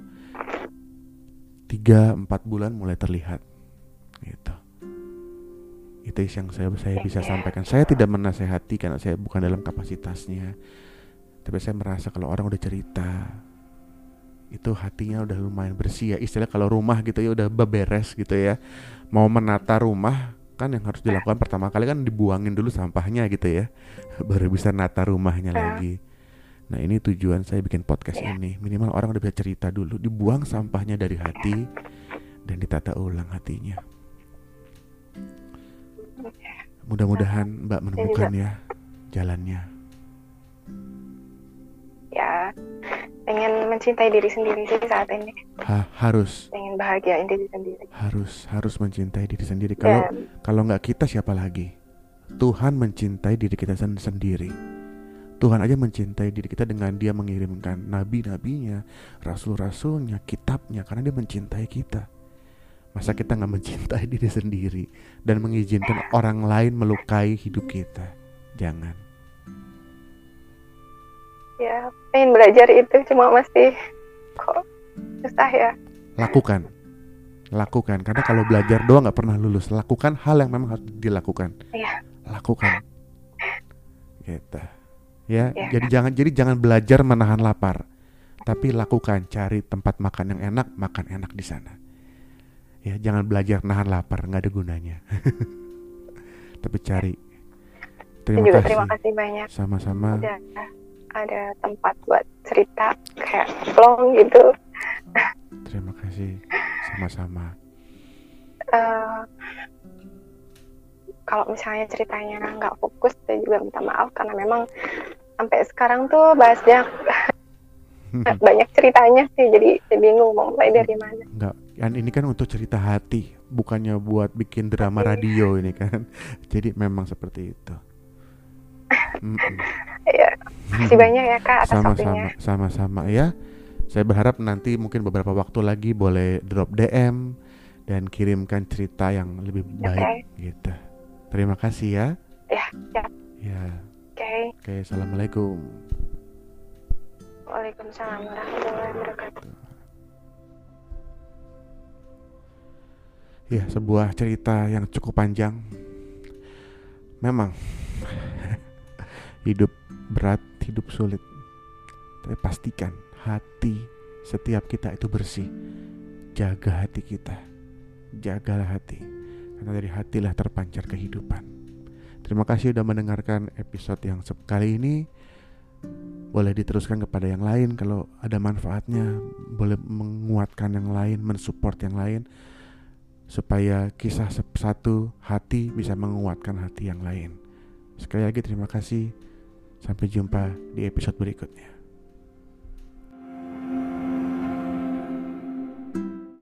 [SPEAKER 1] 3-4 bulan mulai terlihat gitu. Itu yang saya bisa sampaikan. Saya tidak menasehati karena saya bukan dalam kapasitasnya. Tapi saya merasa kalau orang udah cerita, itu hatinya udah lumayan bersih ya. Istilah kalau rumah gitu ya udah beberes gitu ya. Mau menata rumah kan yang harus dilakukan pertama kali kan dibuangin dulu sampahnya gitu ya. Baru bisa nata rumahnya lagi. Nah ini tujuan saya bikin podcast ini. Minimal orang udah bisa cerita dulu, dibuang sampahnya dari hati dan ditata ulang hatinya. Mudah-mudahan Mbak menemukan ya jalannya.
[SPEAKER 2] Ya, pengen mencintai diri sendiri sih saat ini.
[SPEAKER 1] Harus.
[SPEAKER 2] Pengen bahagiain diri sendiri.
[SPEAKER 1] Harus mencintai diri sendiri. Kalau nggak kita siapa lagi? Tuhan mencintai diri kita sendiri. Tuhan aja mencintai diri kita dengan Dia mengirimkan nabi-nabinya, rasul-rasulnya, kitabnya, karena Dia mencintai kita. Masa kita gak mencintai diri sendiri dan mengizinkan orang lain melukai hidup kita? Jangan.
[SPEAKER 2] Ya, pengen belajar itu, cuma masih kok susah ya.
[SPEAKER 1] Lakukan, karena kalau belajar doang gak pernah lulus. Lakukan hal yang memang harus dilakukan.
[SPEAKER 2] Iya.
[SPEAKER 1] Lakukan gitu. Ya, jadi jangan belajar menahan lapar, tapi lakukan, cari tempat makan yang enak, makan enak di sana. Ya, jangan belajar nahan lapar, nggak ada gunanya. Tapi cari.
[SPEAKER 2] Terima kasih banyak.
[SPEAKER 1] Sama-sama.
[SPEAKER 2] Ada tempat buat cerita kayak vlog gitu.
[SPEAKER 1] Terima kasih. Sama-sama.
[SPEAKER 2] Kalau misalnya ceritanya nggak fokus, saya juga minta maaf karena memang sampai sekarang tuh bahasnya banyak ceritanya sih, jadi saya bingung mau mulai dari mana.
[SPEAKER 1] Enggak, ini kan untuk cerita hati, bukannya buat bikin drama radio ini kan. Jadi memang seperti itu.
[SPEAKER 2] Ya, makasih banyak ya Kak atas waktunya.
[SPEAKER 1] Sama-sama ya. Saya berharap nanti mungkin beberapa waktu lagi boleh drop DM dan kirimkan cerita yang lebih baik gitu. Terima kasih ya. Ya. Oke, assalamualaikum.
[SPEAKER 2] Waalaikumsalam warahmatullahi wabarakatuh.
[SPEAKER 1] Ya, sebuah cerita yang cukup panjang. Memang hidup berat, hidup sulit. Tapi pastikan hati setiap kita itu bersih. Jaga hati kita. Jagalah hati. Karena dari hatilah terpancar kehidupan. Terima kasih sudah mendengarkan episode yang kali ini. Boleh diteruskan kepada yang lain kalau ada manfaatnya. Boleh menguatkan yang lain, mensupport yang lain, supaya kisah satu hati bisa menguatkan hati yang lain. Sekali lagi terima kasih. Sampai jumpa di episode berikutnya.